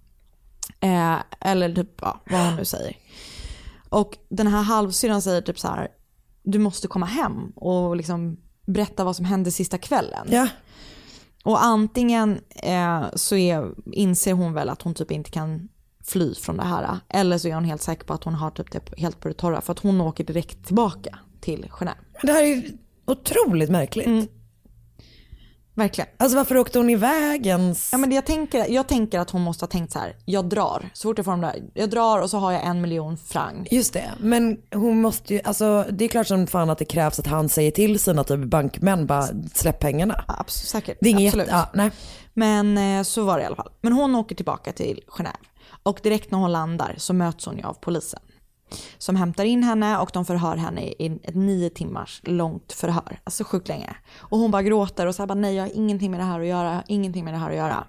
S7: Eh, eller typ ja, vad hon nu säger. Och den här halvsyrran säger typ så här, du måste komma hem och liksom berätta vad som hände sista kvällen.
S6: Ja.
S7: Och antingen eh, så är, inser hon väl att hon typ inte kan fly från det här. Eller så är hon helt säker på att hon har typ det helt på det torra. För att hon åker direkt tillbaka till Genève.
S6: Det här är otroligt märkligt. Mm.
S7: Verkligen.
S6: Alltså varför åkte hon iväg ens?
S7: Ja, men det jag, tänker, jag tänker att hon måste ha tänkt så här. Jag drar. Så fort jag får dem där. Jag drar och så har jag en miljon franc.
S6: Just det. Men hon måste ju, alltså det är klart som fan att det krävs att han säger till sina typ bankmän bara släpp pengarna.
S7: Absolut, säkert.
S6: Det är inget
S7: Absolut.
S6: Jätte, ja, nej.
S7: Men eh, så var det i alla fall. Men hon åker tillbaka till Genève. Och direkt när hon landar så möts hon ju av polisen. Som hämtar in henne och de förhör henne i ett nio timmars långt förhör. Alltså sjukt länge. Och hon bara gråter och så här bara nej jag har ingenting med det här att göra. Ingenting med det här att göra.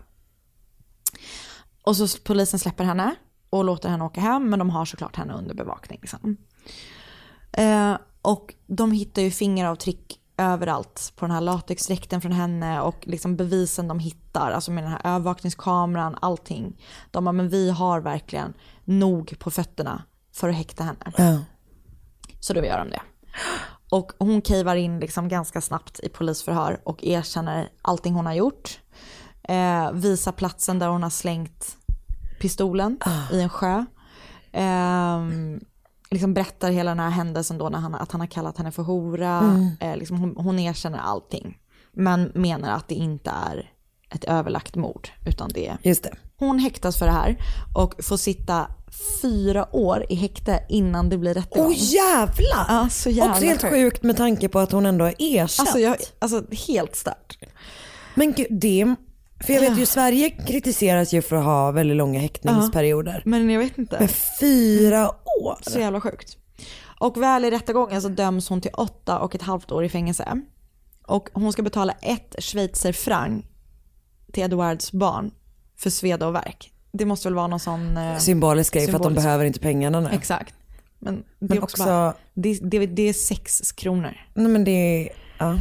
S7: Och så polisen släpper henne och låter henne åka hem. Men de har såklart henne under bevakning. Liksom. Eh, och de hittar ju fingeravtryck överallt på den här latexdräkten från henne och liksom bevisen de hittar, alltså med den här övervakningskameran, allting. De bara, men vi har verkligen nog på fötterna för att häkta henne.
S6: Ja.
S7: Så då gör de det. Och hon kivar in liksom ganska snabbt i polisförhör och erkänner allting hon har gjort. Eh, visar platsen där hon har slängt pistolen ah. i en sjö. Eh, liksom berättar hela den här händelsen då när han, att han har kallat henne för hora. Mm. Eh, liksom hon, hon erkänner allting. Men menar att det inte är ett överlagt mord utan det är...
S6: Just det.
S7: Hon häktas för det här och får sitta fyra år i häkte innan det blir rättegång.
S6: Åh oh, jävlar!
S7: Ja, så jävla
S6: också helt sjukt med tanke på att hon ändå har erkänt.
S7: Alltså, jag, alltså helt stört.
S6: Men gud, det... För jag vet ju, Sverige kritiseras ju för att ha väldigt långa häktningsperioder.
S7: Ja, men jag vet inte.
S6: Men fyra år?
S7: Så jävla sjukt. Och väl i rättegången så döms hon till åtta och ett halvt år i fängelse. Och hon ska betala ett schweizerfranc till Eduards barn för sveda och verk. Det måste väl vara någon sån... Eh,
S6: symbolisk grej för att de behöver inte pengarna nu.
S7: Exakt. Men det
S6: men
S7: är också,
S6: också
S7: bara, det, det, det är sex kronor.
S6: Nej men det är... Ja.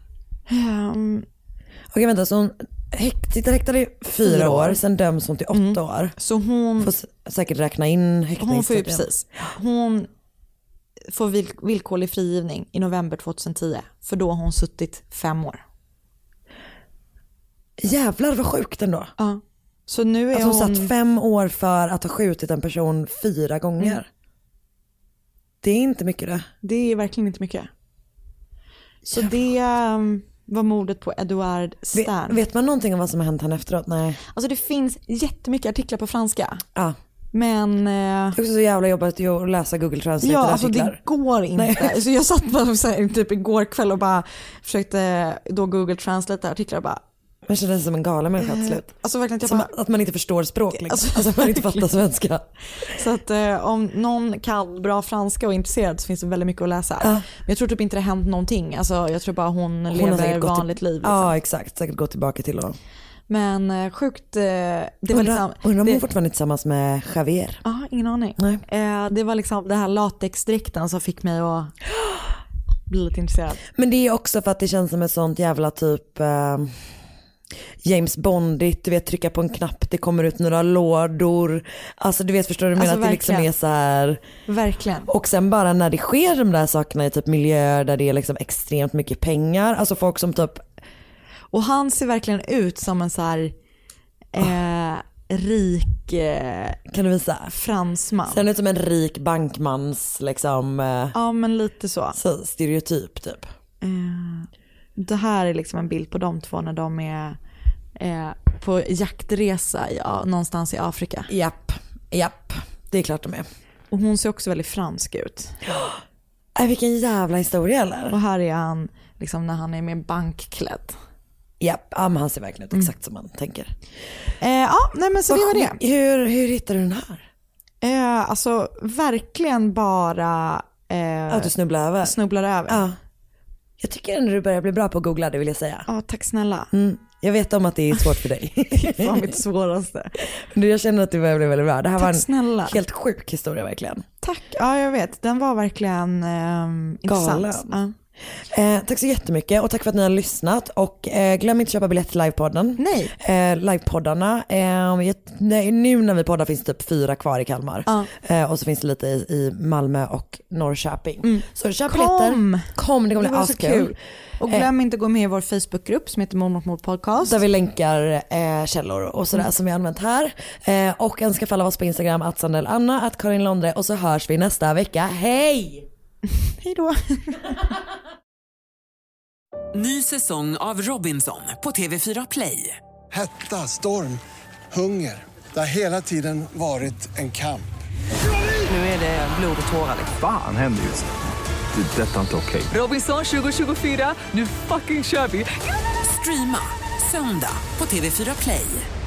S7: Um,
S6: Okej vänta, så hon sitter häktad i fyra, fyra år, år, sen döms hon till åtta mm. år.
S7: Så hon...
S6: Får säkert räkna in häktningstiden.
S7: Hon får ju precis. Hon får vill- villkorlig frigivning i november tjugohundratio. För då har hon suttit fem år.
S6: Jävlar vad sjukt ändå.
S7: Ja. Så nu är
S6: alltså hon,
S7: hon
S6: satt fem år för att ha skjutit en person fyra gånger. Mm. Det är inte mycket det.
S7: Det är verkligen inte mycket. Så ja. det um, var mordet på Edouard Stern.
S6: Vet, vet man någonting om vad som har hänt henne efteråt? Nej.
S7: Alltså det finns jättemycket artiklar på franska.
S6: Ja.
S7: Men uh,
S6: det är också så jävla jobbigt att läsa Google Translate.
S7: Ja, alltså det går inte. Så jag satt bara så här, typ igår kväll och bara försökte då Google Translate artiklar och bara
S6: man känner sig som en galen människa till slut.
S7: Alltså verkligen jag
S6: som
S7: bara,
S6: att man inte förstår språk liksom. Alltså, alltså att man inte fattar svenska.
S7: Så att eh, om någon kan bra franska och är intresserad så finns det väldigt mycket att läsa. Uh. Men jag tror typ inte det har hänt någonting. Alltså jag tror bara hon, hon lever vanligt
S6: till...
S7: liv. Liksom.
S6: Ja exakt, säkert gå tillbaka till honom.
S7: Men eh, sjukt... Eh, det
S6: undra,
S7: var liksom...
S6: Undrar om
S7: det...
S6: hon fortfarande tillsammans med Javier?
S7: Ja, ah, ingen aning.
S6: Nej.
S7: Eh, det var liksom det här latexdräkten som fick mig att bli lite intresserad.
S6: Men det är också för att det känns som ett sånt jävla typ... Eh... James Bondigt, du vet trycka på en knapp, det kommer ut några lådor. Alltså du vet, förstår du, men alltså, att det liksom är så här.
S7: Verkligen.
S6: Och sen bara när det sker de där sakerna i typ miljöer där det är liksom extremt mycket pengar, alltså folk som typ.
S7: Och han ser verkligen ut som en så här eh, rik eh,
S6: kan du visa?
S7: Fransman.
S6: Ser ut som en rik bankmans liksom. Eh,
S7: ja men lite så.
S6: Så stereotyp typ.
S7: Eh. Det här är liksom en bild på de två när de är eh, på jaktresa ja, någonstans i Afrika.
S6: Japp, japp. Det är klart de är.
S7: Och hon ser också väldigt fransk ut.
S6: Äh, vilken jävla historia eller?
S7: Och här är han liksom när han är med bankklädd.
S6: Japp, ja, men han ser verkligen ut exakt mm. som man tänker.
S7: Eh, ja, nej men så och det var det.
S6: Hur, hur hittar du den här?
S7: Eh, alltså verkligen bara... Eh,
S6: att du snubblar över?
S7: Snubblar över.
S6: Ja. Jag tycker ändå du börjar bli bra på att googla, det vill jag säga.
S7: Ja, tack snälla.
S6: Mm. Jag vet om att det är svårt för dig.
S7: Det var mitt svåraste.
S6: Jag känner att du börjar bli väldigt bra. Det här tack var en
S7: snälla.
S6: helt sjuk historia verkligen.
S7: Tack, ja jag vet. Den var verkligen eh, intressant. Ja.
S6: Eh, tack så jättemycket och tack för att ni har lyssnat och eh, glöm inte att köpa biljett till livepodden.
S7: Nej.
S6: Eh, livepoddarna, eh, nej, nu när vi poddar finns det typ fyra kvar i Kalmar.
S7: Ja.
S6: Eh, och så finns det lite i, i Malmö och Norrköping.
S7: Mm.
S6: Så köp
S7: Kom.
S6: biljetter. Kom, det kommer bli askul.
S7: Och glöm inte att gå med i vår Facebookgrupp som heter Mord mot mord podcast.
S6: Där vi länkar eh, källor och sådär mm. som vi har använt här. Eh, och önskar följa oss på Instagram att Sandel Anna, att Karin Londre och så hörs vi nästa vecka. Hej!
S7: Hej då!
S5: Ny säsong av Robinson på T V fyra Play.
S8: Hetta, storm, hunger. Det har hela tiden varit en kamp.
S5: Nu är det blod och tårar.
S9: Fan händer just det. Det är detta inte okej.
S5: Robinson tjugo tjugofyra, nu fucking kör vi. Streama söndag på T V fyra Play.